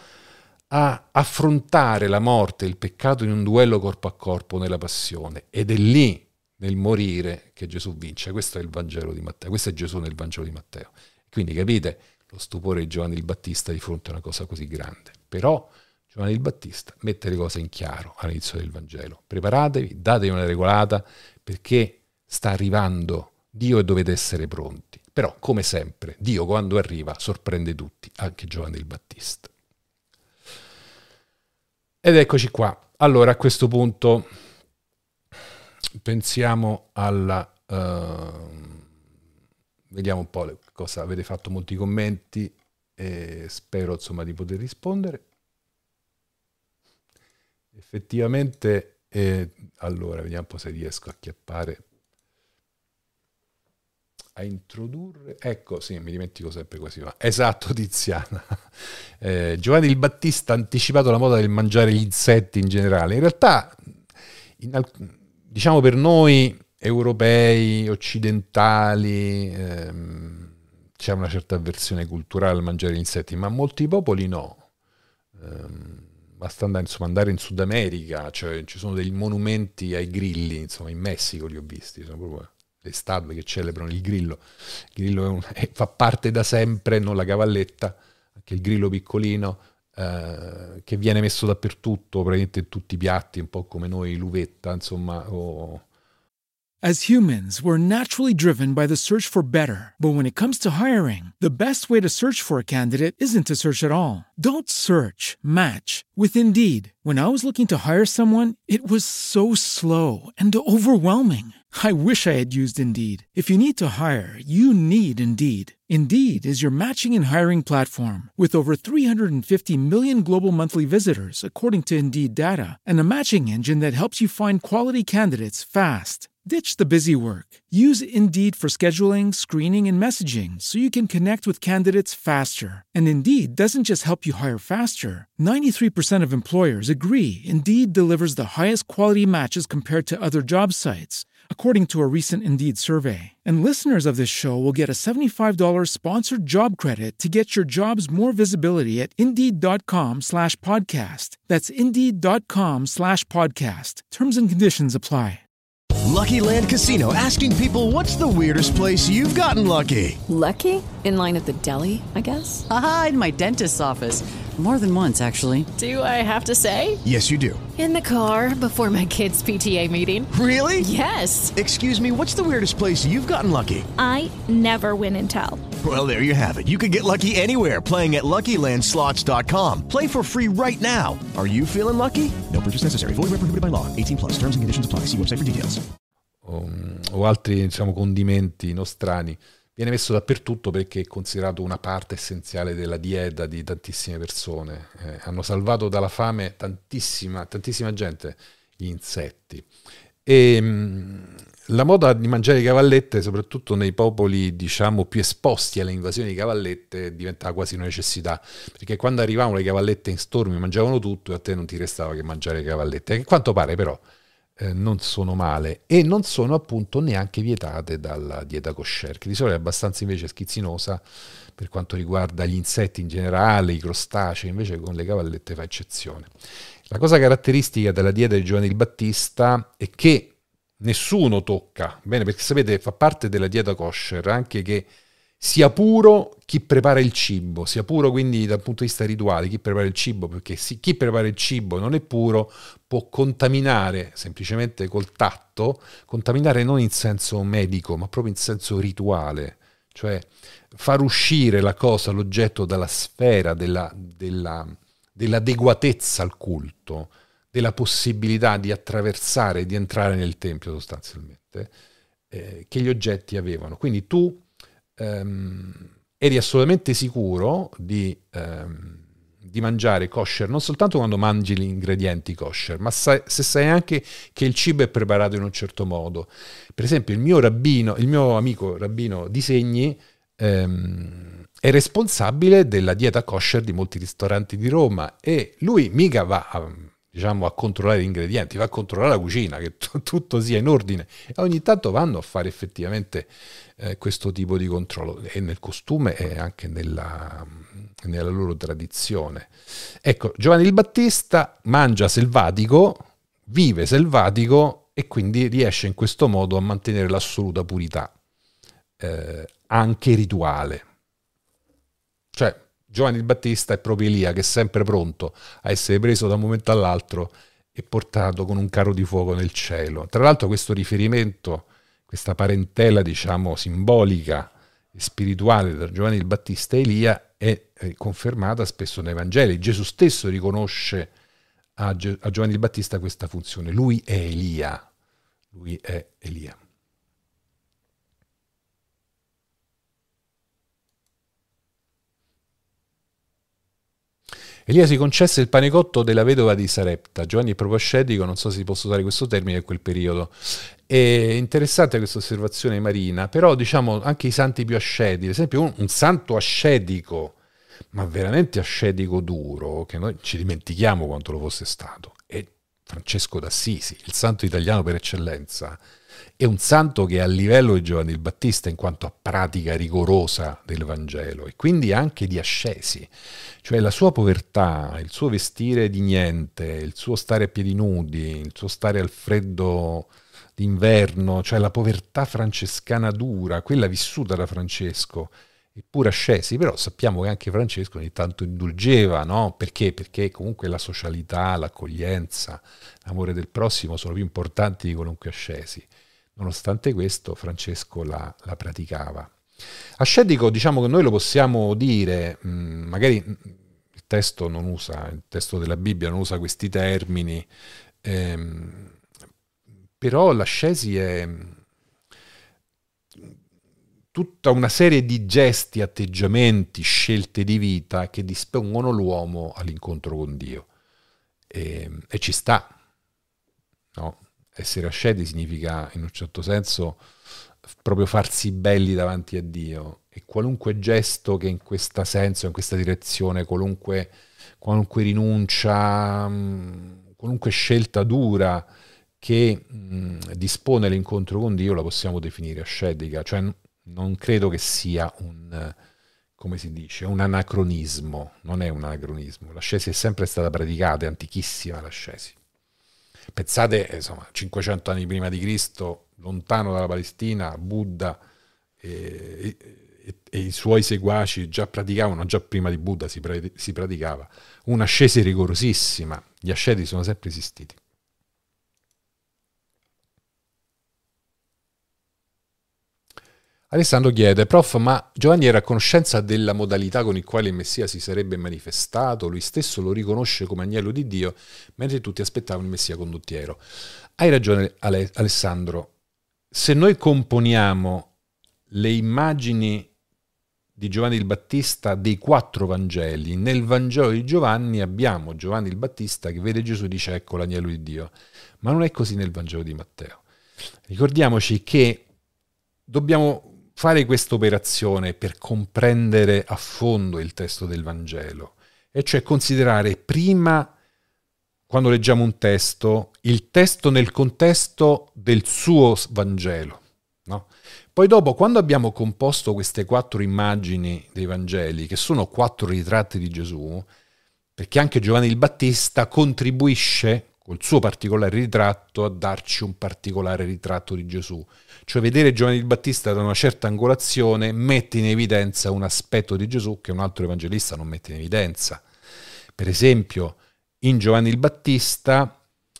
a affrontare la morte e il peccato in un duello corpo a corpo nella passione, ed è lì, nel morire, che Gesù vince. Questo è il Vangelo di Matteo, questo è Gesù nel Vangelo di Matteo. Quindi capite lo stupore di Giovanni il Battista di fronte a una cosa così grande. Però Giovanni il Battista mette le cose in chiaro all'inizio del Vangelo. Preparatevi, datevi una regolata, perché sta arrivando Dio e dovete essere pronti. Però, come sempre, Dio quando arriva sorprende tutti, anche Giovanni il Battista. Ed eccoci qua. Allora, a questo punto pensiamo alla... Uh, vediamo un po' cosa avete fatto, molti commenti, e spero insomma di poter rispondere. Effettivamente, eh, allora, vediamo un po' se riesco a chiappare, a introdurre, ecco, sì, mi dimentico sempre quasi, ma esatto, Tiziana. Eh, Giovanni il Battista ha anticipato la moda del mangiare gli insetti in generale. In realtà, in al- diciamo per noi europei, occidentali, ehm, c'è una certa avversione culturale al mangiare gli insetti, ma molti popoli no. Ehm, basta andare, insomma, andare in Sud America, cioè ci sono dei monumenti ai grilli, insomma, in Messico li ho visti, sono proprio le statue che celebrano il grillo. Il grillo è un, è, fa parte da sempre, non la cavalletta, anche il grillo piccolino, eh, che viene messo dappertutto, praticamente in tutti i piatti, un po' come noi l'uvetta, insomma, o... As humans, we're naturally driven by the search for better. But when it comes to hiring, the best way to search for a candidate isn't to search at all. Don't search, match with Indeed. When I was looking to hire someone, it was so slow and overwhelming. I wish I had used Indeed. If you need to hire, you need Indeed. Indeed is your matching and hiring platform with over three hundred fifty million global monthly visitors, according to Indeed data, and a matching engine that helps you find quality candidates fast. Ditch the busy work. Use Indeed for scheduling, screening, and messaging so you can connect with candidates faster. And Indeed doesn't just help you hire faster. ninety-three percent of employers agree Indeed delivers the highest quality matches compared to other job sites, according to a recent Indeed survey. And listeners of this show will get a seventy-five dollars sponsored job credit to get your jobs more visibility at Indeed.com slash podcast. That's Indeed.com slash podcast. Terms and conditions apply. Lucky Land Casino, asking people, what's the weirdest place you've gotten lucky? Lucky? In line at the deli, I guess? Aha, in my dentist's office. More than once, actually. Do I have to say? Yes, you do. In the car before my kids' P T A meeting. Really? Yes. Excuse me, what's the weirdest place you've gotten lucky? I never win and tell. Well, there you have it. You can get lucky anywhere, playing at Lucky Land Slots dot com. Play for free right now. Are you feeling lucky? No purchase necessary. Void where prohibited by law. eighteen plus. Terms and conditions apply. See website for details. O, o altri, diciamo, condimenti nostrani, viene messo dappertutto perché è considerato una parte essenziale della dieta di tantissime persone. Eh, hanno salvato dalla fame tantissima, tantissima gente gli insetti. E mh, la moda di mangiare cavallette, soprattutto nei popoli, diciamo, più esposti alle invasioni di cavallette, diventava quasi una necessità, perché quando arrivavano le cavallette in stormi mangiavano tutto e a te non ti restava che mangiare cavallette, che a quanto pare però Eh, non sono male e non sono appunto neanche vietate dalla dieta kosher, che di solito è abbastanza invece schizzinosa per quanto riguarda gli insetti in generale, i crostacei, invece con le cavallette fa eccezione. La cosa caratteristica della dieta di Giovanni il Battista è che nessuno tocca, bene, perché sapete fa parte della dieta kosher anche che sia puro chi prepara il cibo, sia puro quindi dal punto di vista rituale chi prepara il cibo, perché sì, chi prepara il cibo non è puro, può contaminare semplicemente col tatto, contaminare non in senso medico ma proprio in senso rituale, cioè far uscire la cosa, l'oggetto dalla sfera della, della, dell'adeguatezza al culto, della possibilità di attraversare, di entrare nel tempio sostanzialmente, eh, che gli oggetti avevano. Quindi tu Um, eri assolutamente sicuro di, um, di mangiare kosher non soltanto quando mangi gli ingredienti kosher, ma sai, se sai anche che il cibo è preparato in un certo modo. Per esempio il mio rabbino, il mio amico rabbino Di Segni um, è responsabile della dieta kosher di molti ristoranti di Roma e lui mica va a, diciamo, a controllare gli ingredienti, va a controllare la cucina, che t- tutto sia in ordine, e ogni tanto vanno a fare effettivamente eh, questo tipo di controllo, e nel costume e anche nella, nella loro tradizione. Ecco, Giovanni il Battista mangia selvatico, vive selvatico e quindi riesce in questo modo a mantenere l'assoluta purità, eh, anche rituale. Cioè, Giovanni il Battista è proprio Elia, che è sempre pronto a essere preso da un momento all'altro e portato con un carro di fuoco nel cielo. Tra l'altro questo riferimento, questa parentela diciamo simbolica spirituale tra Giovanni il Battista e Elia è confermata spesso nei Vangeli. Gesù stesso riconosce a, Ge- a Giovanni il Battista questa funzione. Lui è Elia. Lui è Elia. Elia si concesse il pane cotto della vedova di Sarepta. Giovanni è proprio ascetico, non so se posso usare questo termine in quel periodo. È interessante questa osservazione marina, però diciamo anche i santi più ascetici, ad esempio un, un santo ascetico, ma veramente ascetico duro, che noi ci dimentichiamo quanto lo fosse stato, è Francesco d'Assisi, il santo italiano per eccellenza. È un santo che è a livello di Giovanni il Battista in quanto a pratica rigorosa del Vangelo e quindi anche di ascesi, cioè la sua povertà, il suo vestire di niente, il suo stare a piedi nudi, il suo stare al freddo d'inverno, cioè la povertà francescana dura, quella vissuta da Francesco, eppure ascesi. Però sappiamo che anche Francesco ogni tanto indulgeva, no? Perché? Perché comunque la socialità, l'accoglienza, l'amore del prossimo sono più importanti di qualunque ascesi. Nonostante questo Francesco la, la praticava. Ascetico, diciamo che noi lo possiamo dire, mh, magari il testo non usa, il testo della Bibbia non usa questi termini, ehm, però l'ascesi è tutta una serie di gesti, atteggiamenti, scelte di vita che dispongono l'uomo all'incontro con Dio. E, e ci sta, no? Essere asceti significa in un certo senso proprio farsi belli davanti a Dio, e qualunque gesto che in questo senso, in questa direzione, qualunque, qualunque rinuncia, qualunque scelta dura che mh, dispone l'incontro con Dio la possiamo definire ascetica. Cioè non credo che sia un, come si dice, un anacronismo, non è un anacronismo. L'ascesi è sempre stata praticata, è antichissima l'ascesi. Pensate, insomma, cinquecento anni prima di Cristo, lontano dalla Palestina, Buddha e, e, e i suoi seguaci già praticavano, già prima di Buddha si, pra- si praticava, un'ascesi rigorosissima. Gli asceti sono sempre esistiti. Alessandro chiede: prof, ma Giovanni era a conoscenza della modalità con il quale il Messia si sarebbe manifestato? Lui stesso lo riconosce come agnello di Dio, mentre tutti aspettavano il Messia condottiero. Hai ragione, Ale- Alessandro. Se noi componiamo le immagini di Giovanni il Battista dei quattro Vangeli, nel Vangelo di Giovanni abbiamo Giovanni il Battista che vede Gesù e dice: ecco l'agnello di Dio. Ma non è così nel Vangelo di Matteo. Ricordiamoci che dobbiamo fare questa operazione per comprendere a fondo il testo del Vangelo, e cioè considerare prima, quando leggiamo un testo, il testo nel contesto del suo Vangelo, no? Poi dopo, quando abbiamo composto queste quattro immagini dei Vangeli, che sono quattro ritratti di Gesù, perché anche Giovanni il Battista contribuisce col suo particolare ritratto a darci un particolare ritratto di Gesù. Cioè vedere Giovanni il Battista da una certa angolazione mette in evidenza un aspetto di Gesù che un altro evangelista non mette in evidenza. Per esempio, in Giovanni il Battista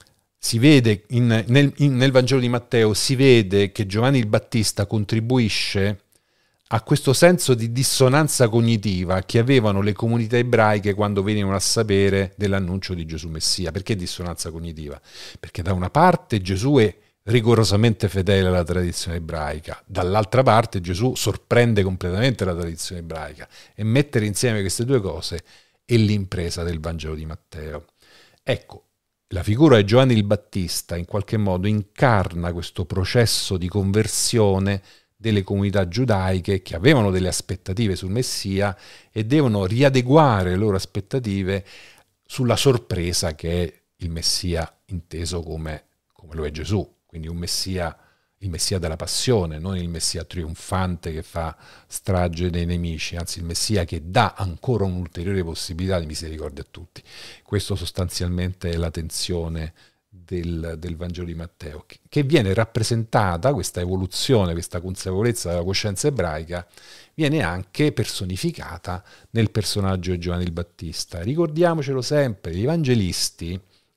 si vede, in, nel, in, nel Vangelo di Matteo si vede che Giovanni il Battista contribuisce a questo senso di dissonanza cognitiva che avevano le comunità ebraiche quando venivano a sapere dell'annuncio di Gesù Messia. Perché dissonanza cognitiva? Perché da una parte Gesù è rigorosamente fedele alla tradizione ebraica, dall'altra parte Gesù sorprende completamente la tradizione ebraica, e mettere insieme queste due cose è l'impresa del Vangelo di Matteo. Ecco, la figura di Giovanni il Battista in qualche modo incarna questo processo di conversione delle comunità giudaiche che avevano delle aspettative sul Messia e devono riadeguare le loro aspettative sulla sorpresa che è il Messia inteso come, come lo è Gesù. Quindi un Messia, il Messia della passione, non il Messia trionfante che fa strage dei nemici, anzi il Messia che dà ancora un'ulteriore possibilità di misericordia a tutti. Questo sostanzialmente è la tensione del, del Vangelo di Matteo, che, che viene rappresentata, questa evoluzione, questa consapevolezza della coscienza ebraica, viene anche personificata nel personaggio di Giovanni il Battista. Ricordiamocelo sempre, gli evangelisti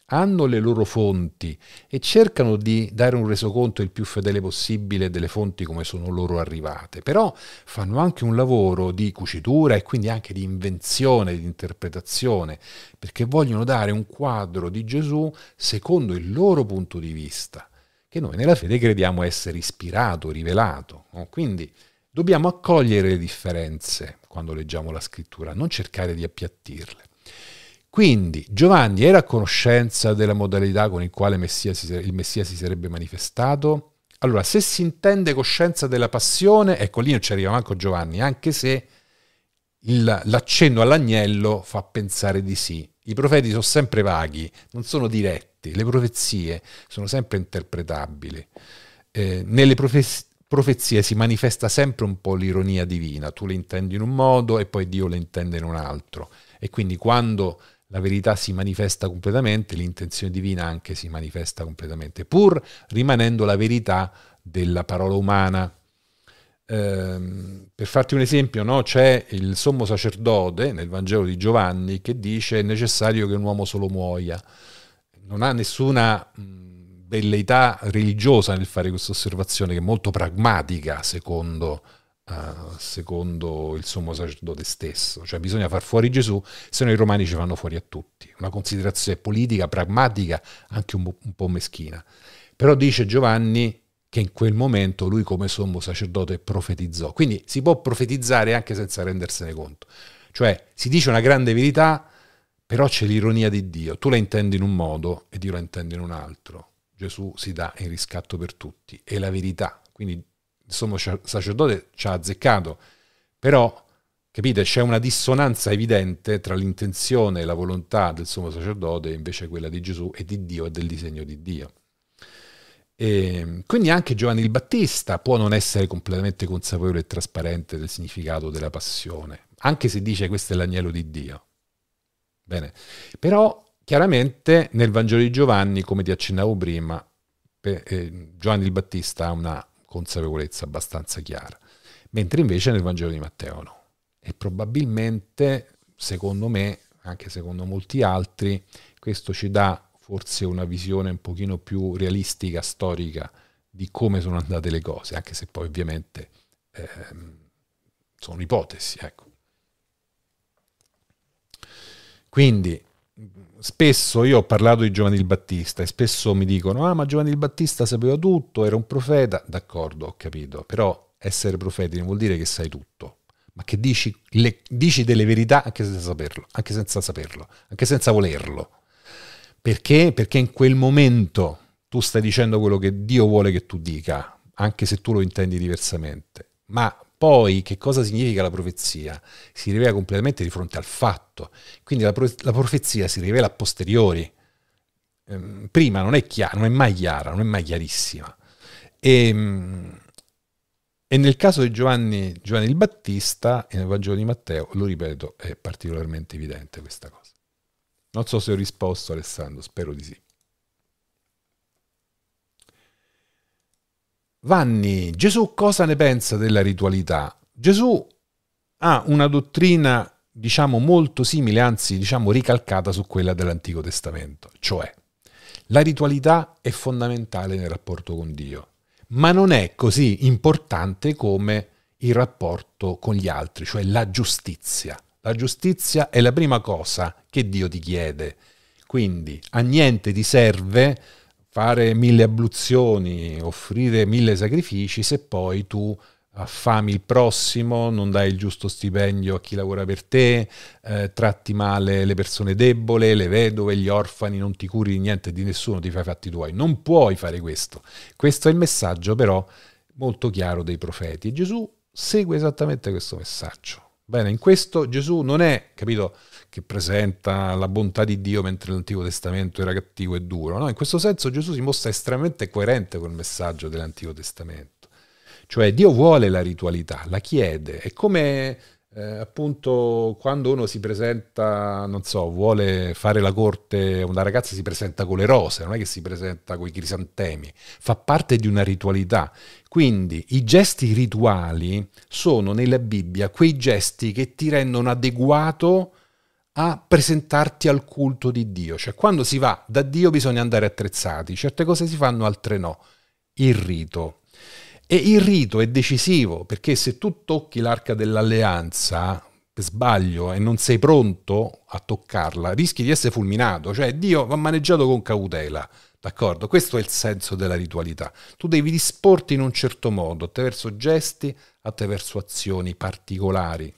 hanno le loro fonti e cercano di dare un resoconto il più fedele possibile delle fonti come sono loro arrivate, però fanno anche un lavoro di cucitura e quindi anche di invenzione, di interpretazione, perché vogliono dare un quadro di Gesù secondo il loro punto di vista, che noi nella fede crediamo essere ispirato, rivelato, no? Quindi dobbiamo accogliere le differenze quando leggiamo la scrittura, non cercare di appiattirle. Quindi Giovanni era a conoscenza della modalità con il quale Messia si, il Messia si sarebbe manifestato? Allora, se si intende coscienza della passione, ecco lì non ci arriva manco Giovanni, anche se il, l'accenno all'agnello fa pensare di sì. I profeti sono sempre vaghi, non sono diretti, le profezie sono sempre interpretabili. Eh, nelle profezie profezie si manifesta sempre un po' l'ironia divina, tu le intendi in un modo e poi Dio le intende in un altro, e quindi quando la verità si manifesta completamente, l'intenzione divina anche si manifesta completamente, pur rimanendo la verità della parola umana. Ehm, per farti un esempio, no? C'è il sommo sacerdote nel Vangelo di Giovanni che dice: è necessario che un uomo solo muoia. Non ha nessuna velleità religiosa nel fare questa osservazione, che è molto pragmatica secondo, uh, secondo il sommo sacerdote stesso, cioè bisogna far fuori Gesù, se no i romani ci fanno fuori a tutti. Una considerazione politica, pragmatica, anche un, un po' meschina. Però dice Giovanni che in quel momento lui come sommo sacerdote profetizzò, quindi si può profetizzare anche senza rendersene conto, cioè si dice una grande verità, però c'è l'ironia di Dio, tu la intendi in un modo e Dio la intende in un altro. Gesù si dà in riscatto per tutti, è la verità, quindi il sommo sacerdote ci ha azzeccato, però capite, c'è una dissonanza evidente tra l'intenzione e la volontà del sommo sacerdote e invece quella di Gesù e di Dio e del disegno di Dio. E quindi anche Giovanni il Battista può non essere completamente consapevole e trasparente del significato della passione, anche se dice questo è l'agnello di Dio. Bene, però chiaramente nel Vangelo di Giovanni, come ti accennavo prima, eh, Giovanni il Battista ha una consapevolezza abbastanza chiara, mentre invece nel Vangelo di Matteo no. E probabilmente, secondo me, anche secondo molti altri, questo ci dà forse una visione un pochino più realistica, storica, di come sono andate le cose, anche se poi ovviamente ehm, sono ipotesi, ecco. Quindi spesso io ho parlato di Giovanni il Battista e spesso mi dicono: ah, ma Giovanni il Battista sapeva tutto, era un profeta. D'accordo, ho capito, però essere profeti non vuol dire che sai tutto, ma che dici, le, dici delle verità anche senza saperlo, anche senza saperlo, anche senza volerlo. Perché? Perché in quel momento tu stai dicendo quello che Dio vuole che tu dica, anche se tu lo intendi diversamente. Ma poi che cosa significa la profezia? Si rivela completamente di fronte al fatto. Quindi la, prof- la profezia si rivela a posteriori. Ehm, prima non è chiara, non è mai chiara, non è mai chiarissima. E, e nel caso di Giovanni, Giovanni il Battista e nel Vangelo di Matteo, lo ripeto, è particolarmente evidente questa cosa. Non so se ho risposto, Alessandro, spero di sì. Vanni, Gesù cosa ne pensa della ritualità? Gesù ha una dottrina, diciamo, molto simile, anzi, diciamo, ricalcata su quella dell'Antico Testamento, cioè la ritualità è fondamentale nel rapporto con Dio, ma non è così importante come il rapporto con gli altri, cioè la giustizia. La giustizia è la prima cosa che Dio ti chiede, quindi a niente ti serve fare mille abluzioni, offrire mille sacrifici se poi tu affami il prossimo, non dai il giusto stipendio a chi lavora per te, eh, tratti male le persone deboli, le vedove, gli orfani, non ti curi di niente e di nessuno, ti fai i fatti tuoi. Non puoi fare questo. Questo è il messaggio però molto chiaro dei profeti e Gesù segue esattamente questo messaggio. Bene, in questo Gesù non è, capito, che presenta la bontà di Dio mentre l'Antico Testamento era cattivo e duro, no? In questo senso Gesù si mostra estremamente coerente col messaggio dell'Antico Testamento. Cioè Dio vuole la ritualità, la chiede, è come eh, appunto quando uno si presenta, non so, vuole fare la corte, una ragazza si presenta con le rose, non è che si presenta con i crisantemi, fa parte di una ritualità. Quindi i gesti rituali sono nella Bibbia quei gesti che ti rendono adeguato a presentarti al culto di Dio. Cioè quando si va da Dio bisogna andare attrezzati, certe cose si fanno, altre no. Il rito. E il rito è decisivo, perché se tu tocchi l'arca dell'alleanza per sbaglio e non sei pronto a toccarla, rischi di essere fulminato, cioè Dio va maneggiato con cautela, d'accordo? Questo è il senso della ritualità. Tu devi disporti in un certo modo, attraverso gesti, attraverso azioni particolari.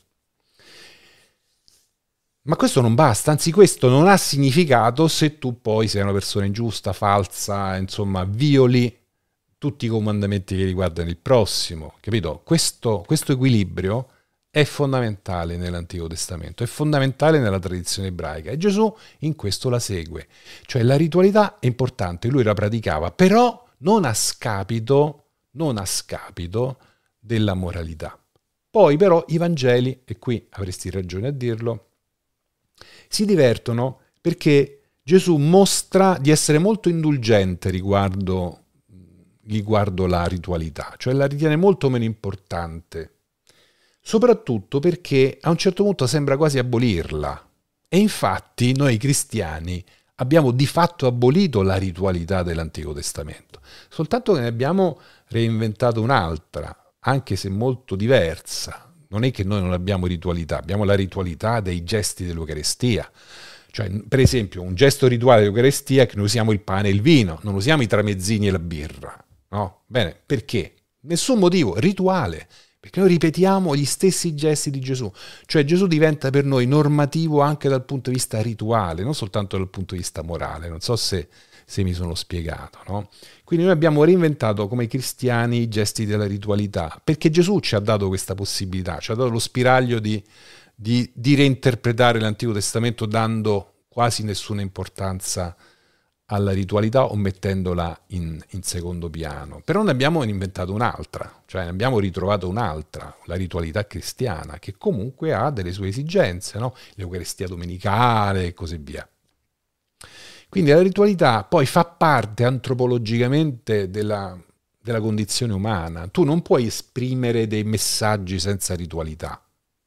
Ma questo non basta, anzi questo non ha significato se tu poi sei una persona ingiusta, falsa, insomma, violi tutti i comandamenti che riguardano il prossimo, capito? Questo, questo equilibrio è fondamentale nell'Antico Testamento, è fondamentale nella tradizione ebraica e Gesù in questo la segue. Cioè la ritualità è importante, lui la praticava, però non a scapito, non a scapito della moralità. Poi però i Vangeli, e qui avresti ragione a dirlo, si divertono perché Gesù mostra di essere molto indulgente riguardo riguardo la ritualità, cioè la ritiene molto meno importante, soprattutto perché a un certo punto sembra quasi abolirla. E infatti noi cristiani abbiamo di fatto abolito la ritualità dell'Antico Testamento, soltanto che ne abbiamo reinventato un'altra, anche se molto diversa. Non è che noi non abbiamo ritualità, abbiamo la ritualità dei gesti dell'Eucaristia. Cioè, per esempio, un gesto rituale dell'Eucaristia è che noi usiamo il pane e il vino, non usiamo i tramezzini e la birra. No? Bene, perché? Nessun motivo, rituale, perché noi ripetiamo gli stessi gesti di Gesù, cioè Gesù diventa per noi normativo anche dal punto di vista rituale, non soltanto dal punto di vista morale, non so se, se mi sono spiegato, no? Quindi noi abbiamo reinventato come cristiani i gesti della ritualità, perché Gesù ci ha dato questa possibilità, ci ha dato lo spiraglio di, di, di reinterpretare l'Antico Testamento dando quasi nessuna importanza alla ritualità o mettendola in, in secondo piano. Però ne abbiamo inventato un'altra, cioè ne abbiamo ritrovato un'altra, la ritualità cristiana, che comunque ha delle sue esigenze, no? L'Eucaristia domenicale e così via. Quindi la ritualità poi fa parte antropologicamente della, della condizione umana. Tu non puoi esprimere dei messaggi senza ritualità.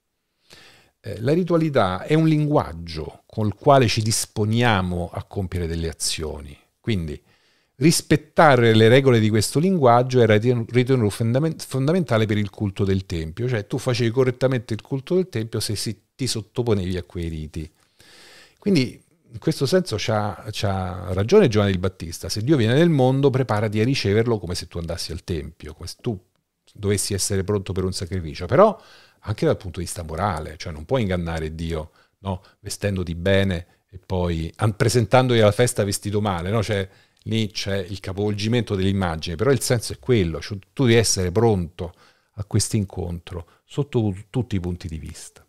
La ritualità è un linguaggio col quale ci disponiamo a compiere delle azioni. Quindi rispettare le regole di questo linguaggio era ritenuto fondamentale per il culto del Tempio. Cioè tu facevi correttamente il culto del Tempio se ti sottoponevi a quei riti. Quindi in questo senso c'ha, c'ha ragione Giovanni il Battista. Se Dio viene nel mondo, preparati a riceverlo come se tu andassi al Tempio, come se tu dovessi essere pronto per un sacrificio. Però anche dal punto di vista morale, cioè non puoi ingannare Dio, no? Vestendoti bene e poi presentandogli alla festa vestito male, no? Cioè lì c'è il capovolgimento dell'immagine, però il senso è quello, cioè, tu devi essere pronto a questo incontro sotto tutti i punti di vista.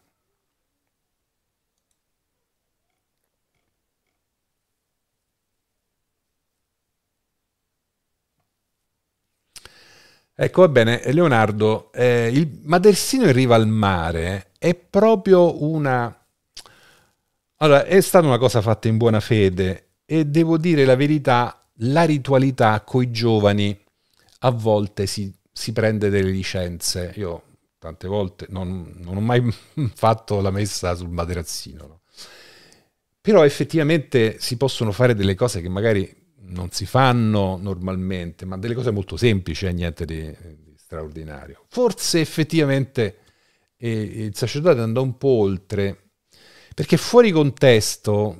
Ecco, va bene, Leonardo, eh, il Madersino in riva al mare è proprio una... Allora, è stata una cosa fatta in buona fede e devo dire la verità, la ritualità coi giovani a volte si, si prende delle licenze. Io tante volte non, non ho mai fatto la messa sul materassino, no? Però effettivamente si possono fare delle cose che magari non si fanno normalmente, ma delle cose molto semplici, eh, niente di, di straordinario. Forse effettivamente eh, il sacerdote andò un po' oltre, perché fuori contesto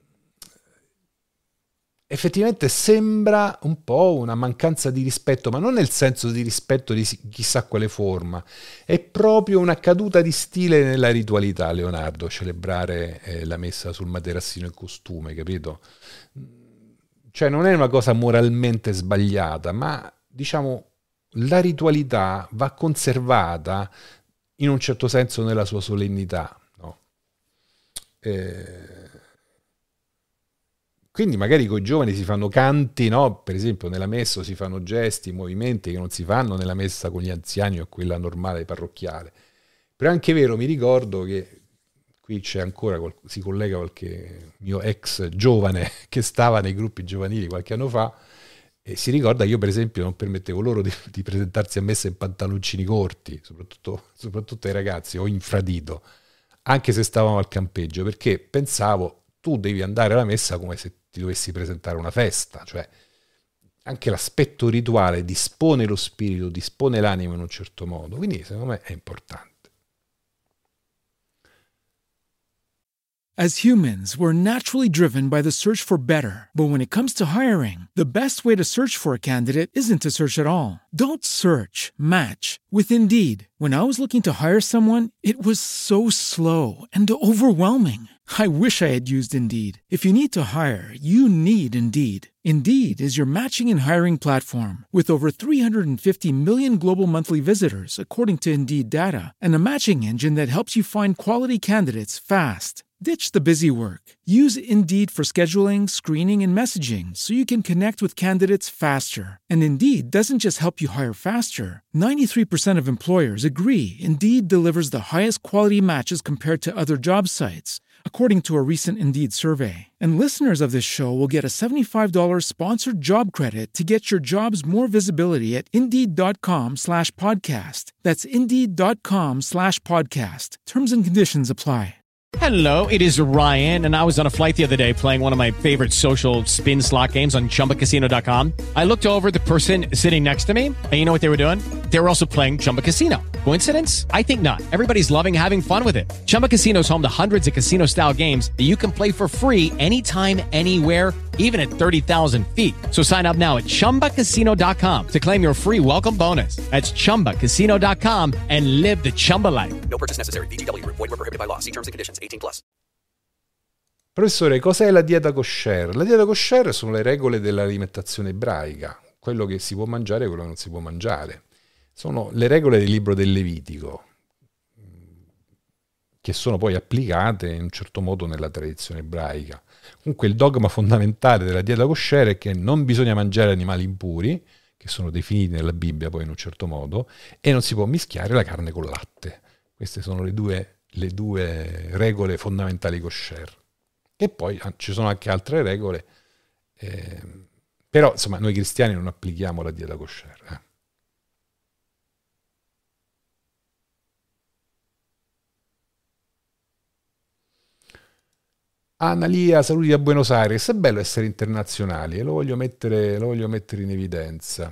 effettivamente sembra un po' una mancanza di rispetto, ma non nel senso di rispetto di chissà quale forma, è proprio una caduta di stile nella ritualità, Leonardo, celebrare eh, la messa sul materassino in costume, capito? Cioè non è una cosa moralmente sbagliata, ma diciamo la ritualità va conservata in un certo senso nella sua solennità, no? Eh, quindi magari con i giovani si fanno canti, no? Per esempio nella messa si fanno gesti, movimenti che non si fanno nella messa con gli anziani o quella normale parrocchiale. Però è anche vero, mi ricordo che qui c'è ancora, si collega qualche mio ex giovane che stava nei gruppi giovanili qualche anno fa e si ricorda che io per esempio non permettevo loro di, di presentarsi a messa in pantaloncini corti, soprattutto, soprattutto ai ragazzi, o infradito. anche se stavamo al campeggio, perché pensavo tu devi andare alla messa come se ti dovessi presentare una festa, cioè anche l'aspetto rituale dispone lo spirito, dispone l'animo in un certo modo, quindi secondo me è importante. As humans, we're naturally driven by the search for better. But when it comes to hiring, the best way to search for a candidate isn't to search at all. Don't search, match with Indeed. When I was looking to hire someone, it was so slow and overwhelming. I wish I had used Indeed. If you need to hire, you need Indeed. Indeed is your matching and hiring platform with over three hundred fifty million global monthly visitors, according to Indeed data, and a matching engine that helps you find quality candidates fast. Ditch the busy work. Use Indeed for scheduling, screening, and messaging so you can connect with candidates faster. And Indeed doesn't just help you hire faster. ninety-three percent of employers agree Indeed delivers the highest quality matches compared to other job sites, according to a recent Indeed survey. And listeners of this show will get a seventy-five dollars sponsored job credit to get your jobs more visibility at Indeed.com slash podcast. That's Indeed.com slash podcast. Terms and conditions apply. Hello, it is Ryan, and I was on a flight the other day playing one of my favorite social spin slot games on Chumba Casino dot com. I looked over at the person sitting next to me, and you know what they were doing? They were also playing Chumba Casino. Coincidence? I think not. Everybody's loving having fun with it. Chumba Casino is home to hundreds of casino-style games that you can play for free anytime, anywhere, even at thirty thousand feet. So sign up now at Chumba Casino dot com to claim your free welcome bonus. That's Chumba Casino dot com and live the Chumba life. No purchase necessary. V G W. Void where prohibited by law. See terms and conditions. eighteen plus. Professore, cos'è la dieta kosher? La dieta kosher sono le regole dell'alimentazione ebraica, quello che si può mangiare e quello che non si può mangiare. Sono le regole del libro del Levitico, che sono poi applicate in un certo modo nella tradizione ebraica. Comunque il dogma fondamentale della dieta kosher è che non bisogna mangiare animali impuri, che sono definiti nella Bibbia poi in un certo modo, e non si può mischiare la carne col latte. Queste sono le due, le due regole fondamentali kosher. E poi ci sono anche altre regole, eh, però insomma noi cristiani non applichiamo la dieta kosher. Eh. Analia, saluti a Buenos Aires. È bello essere internazionali e lo voglio mettere, lo voglio mettere in evidenza.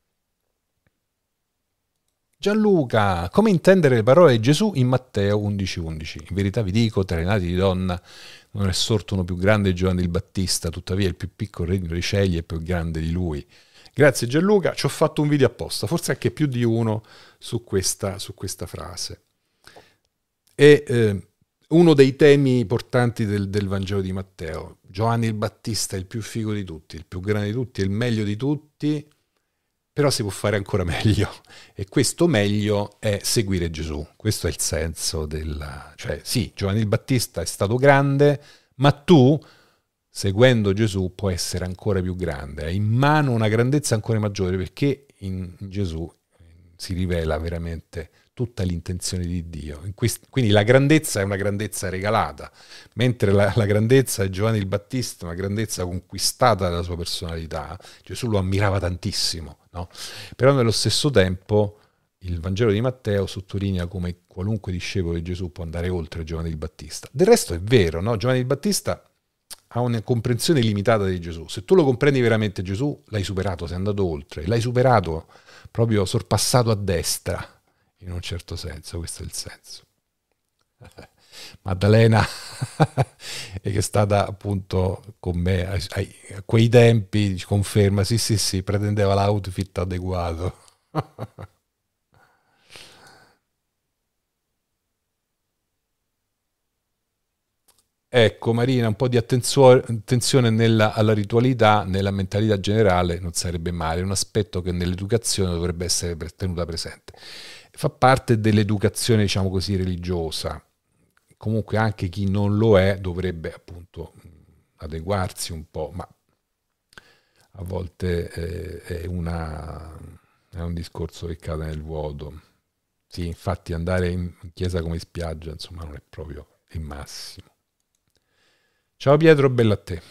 Gianluca, come intendere le parole di Gesù in Matteo undici undici? In verità vi dico, tra i nati di donna non è sorto uno più grande di Giovanni il Battista, tuttavia il più piccolo regno dei cieli è più grande di lui. Grazie Gianluca, ci ho fatto un video apposta, forse anche più di uno su questa, su questa frase. E eh, uno dei temi importanti del, del Vangelo di Matteo, Giovanni il Battista è il più figo di tutti, il più grande di tutti, è il meglio di tutti, però si può fare ancora meglio, e questo meglio è seguire Gesù. Questo è il senso della... Cioè sì, Giovanni il Battista è stato grande, ma tu, seguendo Gesù, puoi essere ancora più grande. Hai in mano una grandezza ancora maggiore, perché in Gesù si rivela veramente tutta l'intenzione di Dio. In quest- quindi la grandezza è una grandezza regalata, mentre la, la grandezza di Giovanni il Battista è una grandezza conquistata dalla sua personalità. Gesù lo ammirava tantissimo, no? Però nello stesso tempo il Vangelo di Matteo sottolinea come qualunque discepolo di Gesù può andare oltre Giovanni il Battista. Del resto è vero, no? Giovanni il Battista ha una comprensione limitata di Gesù. Se tu lo comprendi veramente Gesù, l'hai superato, sei andato oltre, l'hai superato, proprio sorpassato a destra. In un certo senso, questo è il senso. Maddalena, che è stata appunto con me a, a, a quei tempi, conferma, sì sì sì, pretendeva l'outfit adeguato. Ecco Marina, un po' di attenzio- attenzione nella, alla ritualità, nella mentalità generale non sarebbe male, è un aspetto che nell'educazione dovrebbe essere tenuta presente. Fa parte dell'educazione, diciamo così, religiosa. Comunque anche chi non lo è dovrebbe appunto adeguarsi un po', ma a volte eh, è, una, è un discorso che cade nel vuoto. Sì, infatti andare in chiesa come in spiaggia, insomma, non è proprio il massimo. Ciao Pietro, bella a te.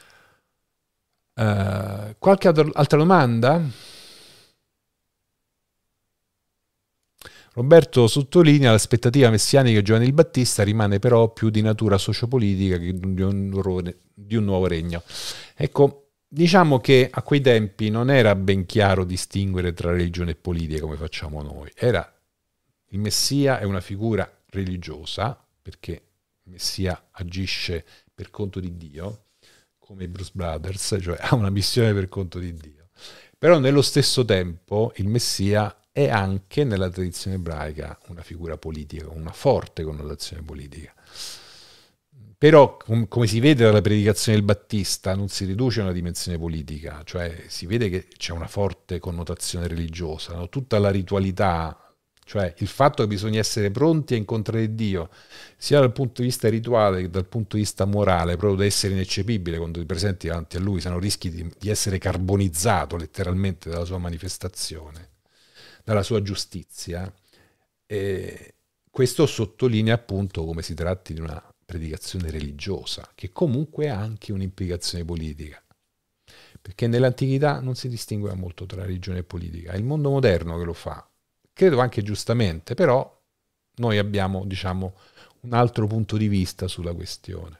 Uh, qualche altra domanda? Roberto sottolinea l'aspettativa messianica di Giovanni il Battista rimane però più di natura sociopolitica che di un, di un nuovo regno. Ecco, diciamo che a quei tempi non era ben chiaro distinguere tra religione e politica come facciamo noi. Era il Messia è una figura religiosa, perché il Messia agisce per conto di Dio, come i Bruce Brothers, cioè ha una missione per conto di Dio. Però nello stesso tempo il Messia è anche nella tradizione ebraica una figura politica, una forte connotazione politica. Però, com- come si vede dalla predicazione del Battista, non si riduce a una dimensione politica, cioè si vede che c'è una forte connotazione religiosa, no? Tutta la ritualità, cioè il fatto che bisogna essere pronti a incontrare Dio, sia dal punto di vista rituale che dal punto di vista morale, proprio da essere ineccepibile quando ti presenti davanti a Lui, sono rischi di, di essere carbonizzato letteralmente dalla sua manifestazione, dalla sua giustizia. E questo sottolinea appunto come si tratti di una predicazione religiosa, che comunque ha anche un'implicazione politica, perché nell'antichità non si distingueva molto tra religione e politica, è il mondo moderno che lo fa, credo anche giustamente, però noi abbiamo, diciamo, un altro punto di vista sulla questione.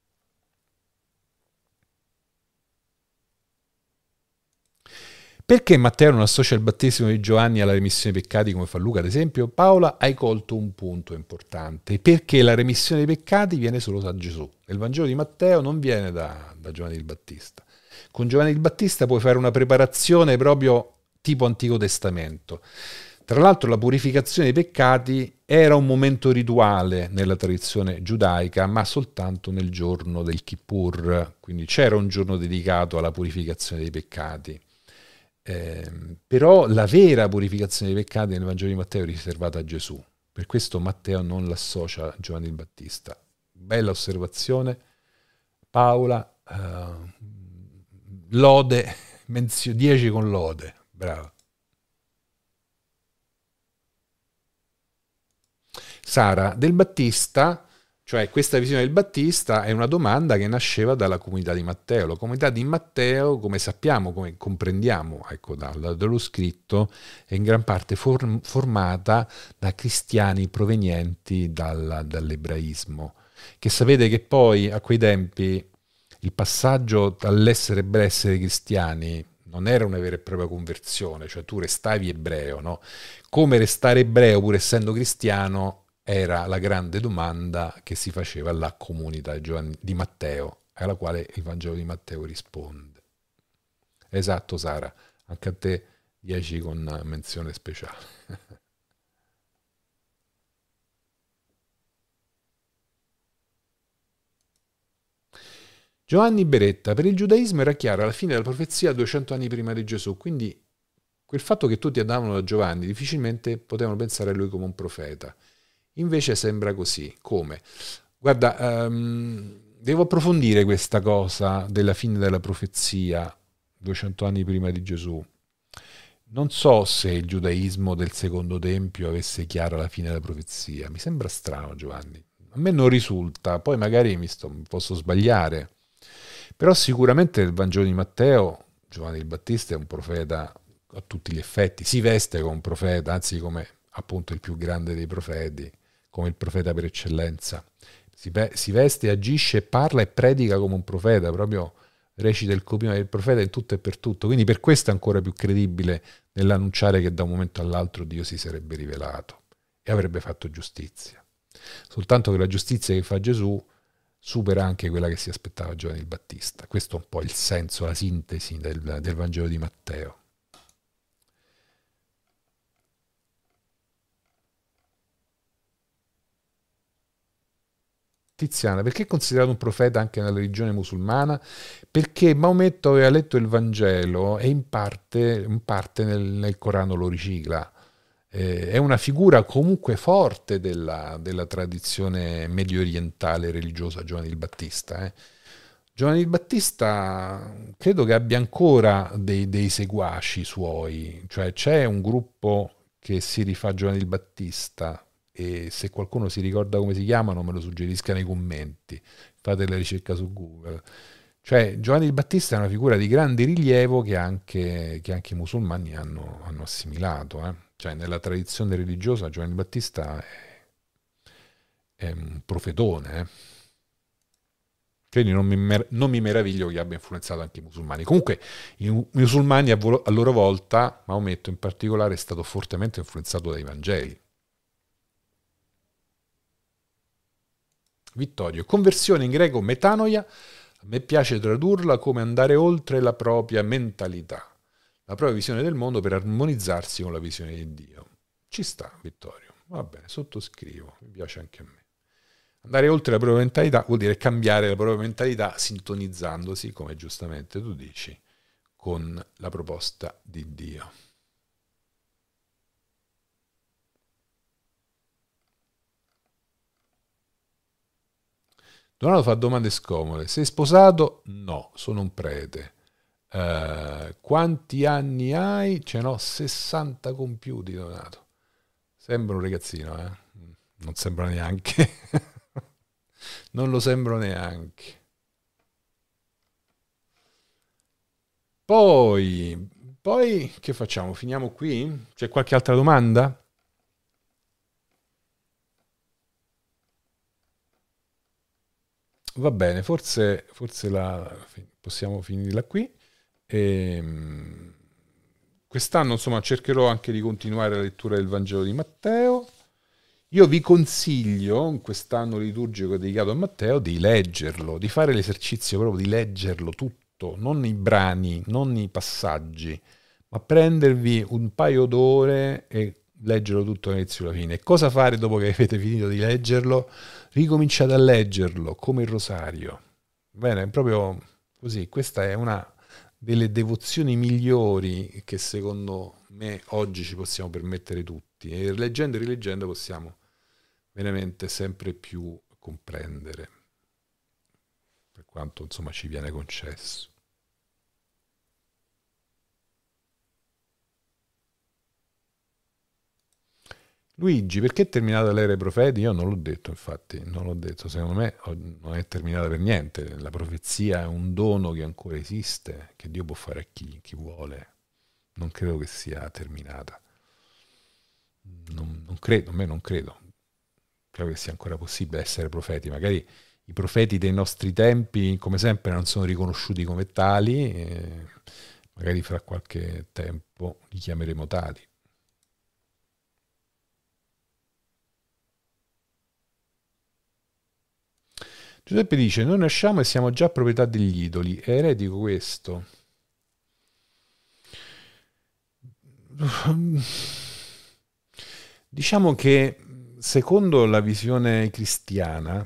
Perché Matteo non associa il battesimo di Giovanni alla remissione dei peccati come fa Luca, ad esempio? Paola, hai colto un punto importante. Perché la remissione dei peccati viene solo da Gesù. Nel Vangelo di Matteo non viene da, da Giovanni il Battista. Con Giovanni il Battista puoi fare una preparazione proprio tipo Antico Testamento. Tra l'altro la purificazione dei peccati era un momento rituale nella tradizione giudaica, ma soltanto nel giorno del Kippur, quindi c'era un giorno dedicato alla purificazione dei peccati. Eh, però la vera purificazione dei peccati nel Vangelo di Matteo è riservata a Gesù, per questo Matteo non l'associa a Giovanni il Battista. Bella osservazione, Paola. eh, lode, menzio, dieci con lode, brava. Sara, del Battista, cioè questa visione del Battista è una domanda che nasceva dalla comunità di Matteo. La comunità di Matteo, come sappiamo, come comprendiamo, ecco, dallo, dallo scritto, è in gran parte form, formata da cristiani provenienti dal, dall'ebraismo, che sapete che poi a quei tempi il passaggio dall'essere ebrei a essere cristiani non era una vera e propria conversione, cioè tu restavi ebreo, no? Come restare ebreo pur essendo cristiano era la grande domanda che si faceva alla comunità di Matteo, alla quale il Vangelo di Matteo risponde. Esatto, Sara, anche a te dieci con menzione speciale. Giovanni Beretta, per il giudaismo era chiara la fine della profezia duecento anni prima di Gesù, quindi quel fatto che tutti andavano da Giovanni difficilmente potevano pensare a lui come un profeta. Invece sembra così. Come? Guarda, um, devo approfondire questa cosa della fine della profezia duecento anni prima di Gesù. Non so se il giudaismo del secondo tempio avesse chiara la fine della profezia. Mi sembra strano, Giovanni. A me non risulta, poi magari mi sto, posso sbagliare. Però sicuramente nel Vangelo di Matteo Giovanni il Battista è un profeta a tutti gli effetti. Si veste come un profeta, anzi come appunto il più grande dei profeti, come il profeta per eccellenza. Si, si veste, agisce, parla e predica come un profeta, proprio recita il copione del profeta in tutto e per tutto. Quindi per questo è ancora più credibile nell'annunciare che da un momento all'altro Dio si sarebbe rivelato e avrebbe fatto giustizia. Soltanto che la giustizia che fa Gesù supera anche quella che si aspettava Giovanni il Battista. Questo è un po' il senso, la sintesi del, del Vangelo di Matteo. Tiziana, perché è considerato un profeta anche nella religione musulmana? Perché Maometto aveva letto il Vangelo e in parte, in parte nel, nel Corano lo ricicla. Eh, è una figura comunque forte della, della tradizione medio orientale religiosa Giovanni il Battista. Eh. Giovanni il Battista credo che abbia ancora dei, dei seguaci suoi, cioè c'è un gruppo che si rifà a Giovanni il Battista, e se qualcuno si ricorda come si chiamano me lo suggerisca nei commenti, fate la ricerca su Google. Cioè Giovanni il Battista è una figura di grande rilievo che anche, che anche i musulmani hanno, hanno assimilato, eh. Cioè, nella tradizione religiosa Giovanni Battista è, è un profetone, eh? Quindi non mi, mer- non mi meraviglio che abbia influenzato anche i musulmani. Comunque i musulmani a, vo- a loro volta, Maometto in particolare, è stato fortemente influenzato dai Vangeli. Vittorio, conversione in greco metanoia, a me piace tradurla come andare oltre la propria mentalità, la propria visione del mondo per armonizzarsi con la visione di Dio. Ci sta, Vittorio, va bene, sottoscrivo, mi piace anche a me. Andare oltre la propria mentalità vuol dire cambiare la propria mentalità sintonizzandosi, come giustamente tu dici, con la proposta di Dio. Donato fa domande scomode. Sei sposato? No, sono un prete. Uh, quanti anni hai? Ce n'ho sessanta compiuti, Donato. Sembra un ragazzino, eh? Non sembra neanche. Non lo sembro neanche. Poi, poi che facciamo? Finiamo qui? C'è qualche altra domanda? Va bene, forse, forse la, possiamo finirla qui. E, quest'anno, insomma, cercherò anche di continuare la lettura del Vangelo di Matteo. Io vi consiglio, in quest'anno liturgico dedicato a Matteo, di leggerlo, di fare l'esercizio proprio di leggerlo tutto, non i brani, non i passaggi, ma prendervi un paio d'ore e leggerlo tutto dall'inizio alla fine. E cosa fare dopo che avete finito di leggerlo? Ricominciate a leggerlo come il rosario. Bene, proprio così. Questa è una delle devozioni migliori che secondo me oggi ci possiamo permettere tutti. E leggendo e rileggendo possiamo veramente sempre più comprendere, per quanto insomma ci viene concesso. Luigi, perché è terminata l'era dei profeti? Io non l'ho detto, infatti, non l'ho detto. Secondo me non è terminata per niente. La profezia è un dono che ancora esiste, che Dio può fare a chi, chi vuole. Non credo che sia terminata. Non, non credo, a me non credo. Credo che sia ancora possibile essere profeti. Magari i profeti dei nostri tempi, come sempre, non sono riconosciuti come tali. E magari fra qualche tempo li chiameremo tali. Giuseppe dice, noi nasciamo e siamo già proprietà degli idoli. È eretico questo? Diciamo che secondo la visione cristiana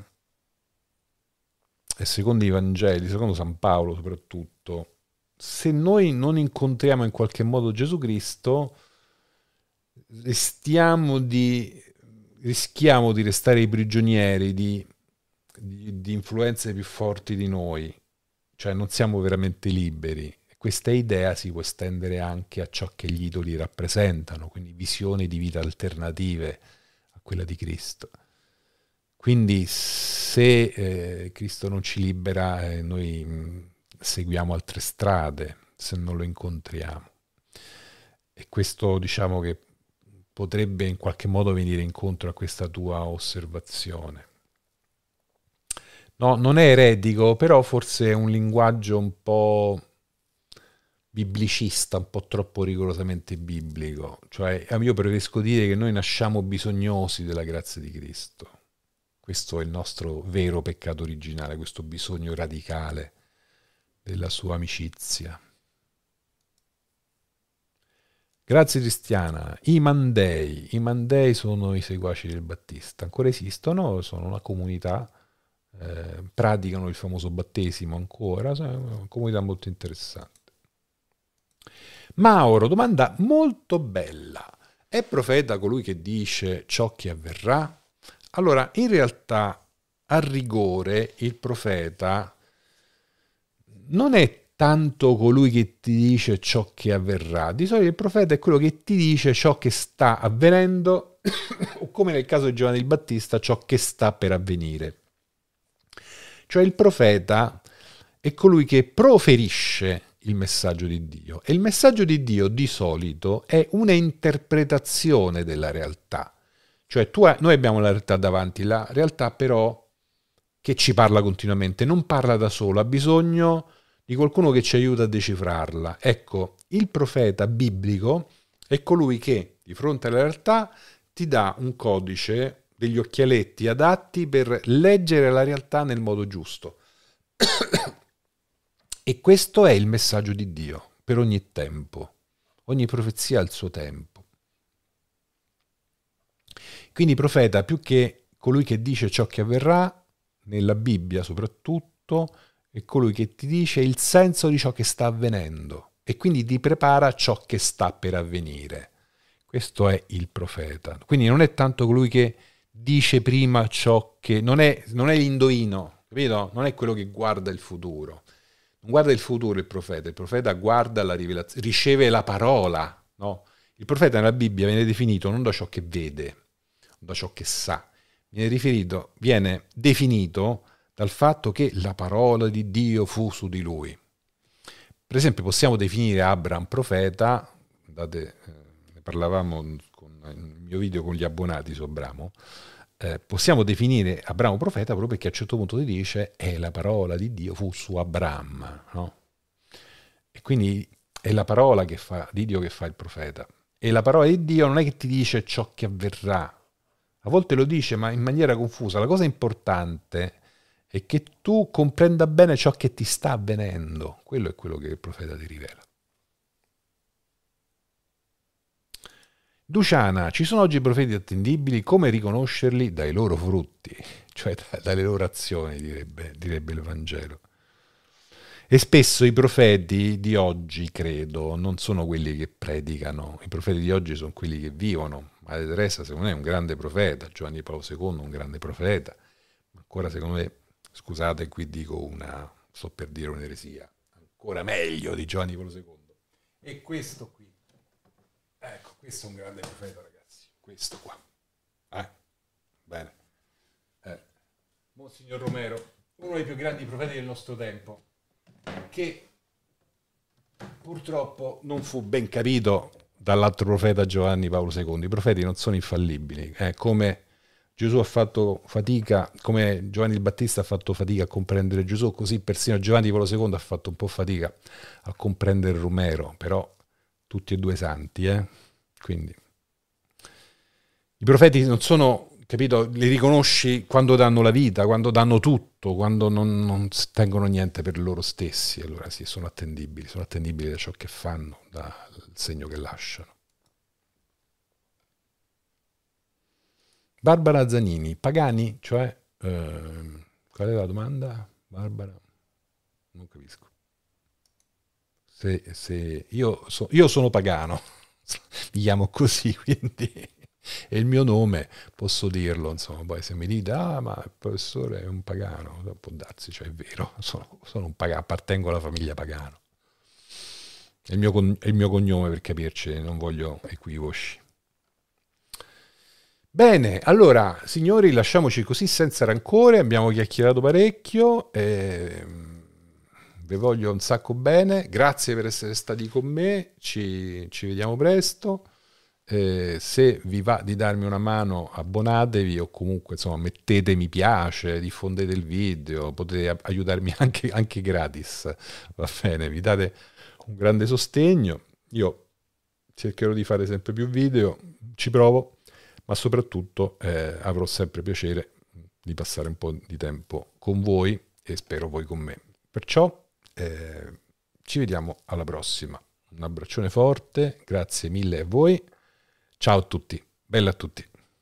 e secondo i Vangeli, secondo San Paolo soprattutto, se noi non incontriamo in qualche modo Gesù Cristo, restiamo di, rischiamo di restare i prigionieri di Di, di influenze più forti di noi, cioè non siamo veramente liberi. Questa idea si può estendere anche a ciò che gli idoli rappresentano, quindi visioni di vita alternative a quella di Cristo. Quindi se eh, Cristo non ci libera, eh, noi mh, seguiamo altre strade se non lo incontriamo. E questo diciamo che potrebbe in qualche modo venire incontro a questa tua osservazione. No, non è eretico, però forse è un linguaggio un po' biblicista, un po' troppo rigorosamente biblico. Cioè, io preferisco dire che noi nasciamo bisognosi della grazia di Cristo. Questo è il nostro vero peccato originale, questo bisogno radicale della sua amicizia. Grazie Cristiana. I Mandei. I Mandei sono i seguaci del Battista. Ancora esistono, sono una comunità. Eh, praticano il famoso battesimo ancora, è una comunità molto interessante. Mauro, domanda molto bella: è profeta colui che dice ciò che avverrà? Allora, in realtà a rigore il profeta non è tanto colui che ti dice ciò che avverrà. Di solito il profeta è quello che ti dice ciò che sta avvenendo o, come nel caso di Giovanni il Battista, ciò che sta per avvenire. Cioè il profeta è colui che proferisce il messaggio di Dio. E il messaggio di Dio di solito è una interpretazione della realtà. Cioè tu, noi abbiamo la realtà davanti, la realtà però che ci parla continuamente, non parla da solo, ha bisogno di qualcuno che ci aiuta a decifrarla. Ecco, il profeta biblico è colui che di fronte alla realtà ti dà un codice, degli occhialetti adatti per leggere la realtà nel modo giusto. E questo è il messaggio di Dio per ogni tempo. Ogni profezia ha il suo tempo. Quindi profeta, più che colui che dice ciò che avverrà, nella Bibbia soprattutto, è colui che ti dice il senso di ciò che sta avvenendo e quindi ti prepara ciò che sta per avvenire. Questo è il profeta. Quindi non è tanto colui che dice prima ciò che... Non è, non è l'indoino, capito? Non è quello che guarda il futuro. Non guarda il futuro il profeta. Il profeta guarda la rivelazione, riceve la parola, no? Il profeta nella Bibbia viene definito non da ciò che vede, da ciò che sa. Viene riferito, viene definito dal fatto che la parola di Dio fu su di lui. Per esempio possiamo definire Abraham profeta, andate, eh, ne parlavamo con il mio video con gli abbonati su Abramo, eh, possiamo definire Abramo profeta proprio perché a un certo punto ti dice è la parola di Dio fu su Abraham, no? E quindi è la parola che fa, di Dio che fa il profeta. E la parola di Dio non è che ti dice ciò che avverrà, a volte lo dice ma in maniera confusa. La cosa importante è che tu comprenda bene ciò che ti sta avvenendo. Quello è quello che il profeta ti rivela. Duciana, ci sono oggi profeti attendibili? Come riconoscerli? Dai loro frutti, cioè dalle loro azioni, direbbe, direbbe il Vangelo. E spesso i profeti di oggi, credo, non sono quelli che predicano. I profeti di oggi sono quelli che vivono. Madre Teresa, secondo me, è un grande profeta. Giovanni Paolo secondo, un grande profeta. Ancora, secondo me, scusate, qui dico una, sto per dire un'eresia, ancora meglio di Giovanni Paolo secondo. E questo qui, ecco, questo è un grande profeta, ragazzi. Questo qua. Eh? Bene. Eh. Monsignor Romero, uno dei più grandi profeti del nostro tempo, che purtroppo non fu ben capito dall'altro profeta Giovanni Paolo secondo. I profeti non sono infallibili, eh, come Gesù ha fatto fatica, come Giovanni il Battista ha fatto fatica a comprendere Gesù, così persino Giovanni Paolo secondo ha fatto un po' fatica a comprendere Romero, però tutti e due santi, eh? Quindi i profeti non sono, capito, li riconosci quando danno la vita, quando danno tutto, quando non, non tengono niente per loro stessi, allora sì, sono attendibili, sono attendibili da ciò che fanno, dal segno che lasciano. Barbara Zanini, pagani, cioè, eh, qual è la domanda, Barbara? Non capisco. Se, se io, so, io sono pagano, mi chiamo così, quindi è il mio nome, posso dirlo, insomma, poi se mi dite, ah, ma il professore è un pagano, può darsi, cioè è vero, sono, sono un pagano, appartengo alla famiglia Pagano. È il mio, è il mio cognome, per capirci, non voglio equivoci. Bene, allora, signori, lasciamoci così senza rancore, abbiamo chiacchierato parecchio, eh, vi voglio un sacco bene, grazie per essere stati con me, ci, ci vediamo presto, eh, se vi va di darmi una mano abbonatevi o comunque insomma mettete mi piace, diffondete il video, potete aiutarmi anche, anche gratis, va bene, vi date un grande sostegno, io cercherò di fare sempre più video, ci provo, ma soprattutto eh, avrò sempre piacere di passare un po' di tempo con voi e spero voi con me. Perciò eh, ci vediamo alla prossima. Un abbraccione forte, grazie mille a voi. Ciao a tutti, bella a tutti.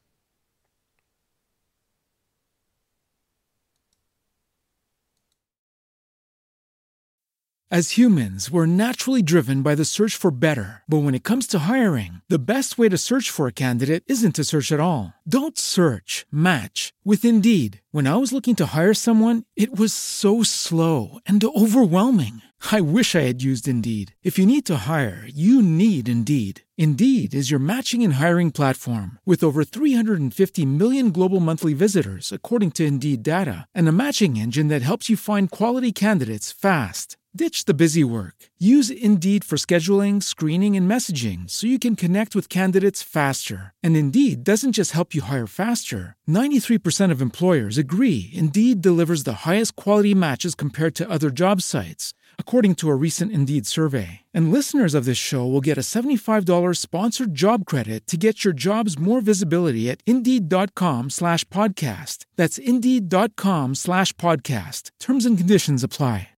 As humans, we're naturally driven by the search for better. But when it comes to hiring, the best way to search for a candidate isn't to search at all. Don't search, match with Indeed. When I was looking to hire someone, it was so slow and overwhelming. I wish I had used Indeed. If you need to hire, you need Indeed. Indeed is your matching and hiring platform with over three hundred fifty million global monthly visitors, according to Indeed data, and a matching engine that helps you find quality candidates fast. Ditch the busy work. Use Indeed for scheduling, screening, and messaging so you can connect with candidates faster. And Indeed doesn't just help you hire faster. ninety-three percent of employers agree Indeed delivers the highest quality matches compared to other job sites, according to a recent Indeed survey. And listeners of this show will get a seventy-five dollars sponsored job credit to get your jobs more visibility at Indeed.com slash podcast. That's Indeed.com slash podcast. Terms and conditions apply.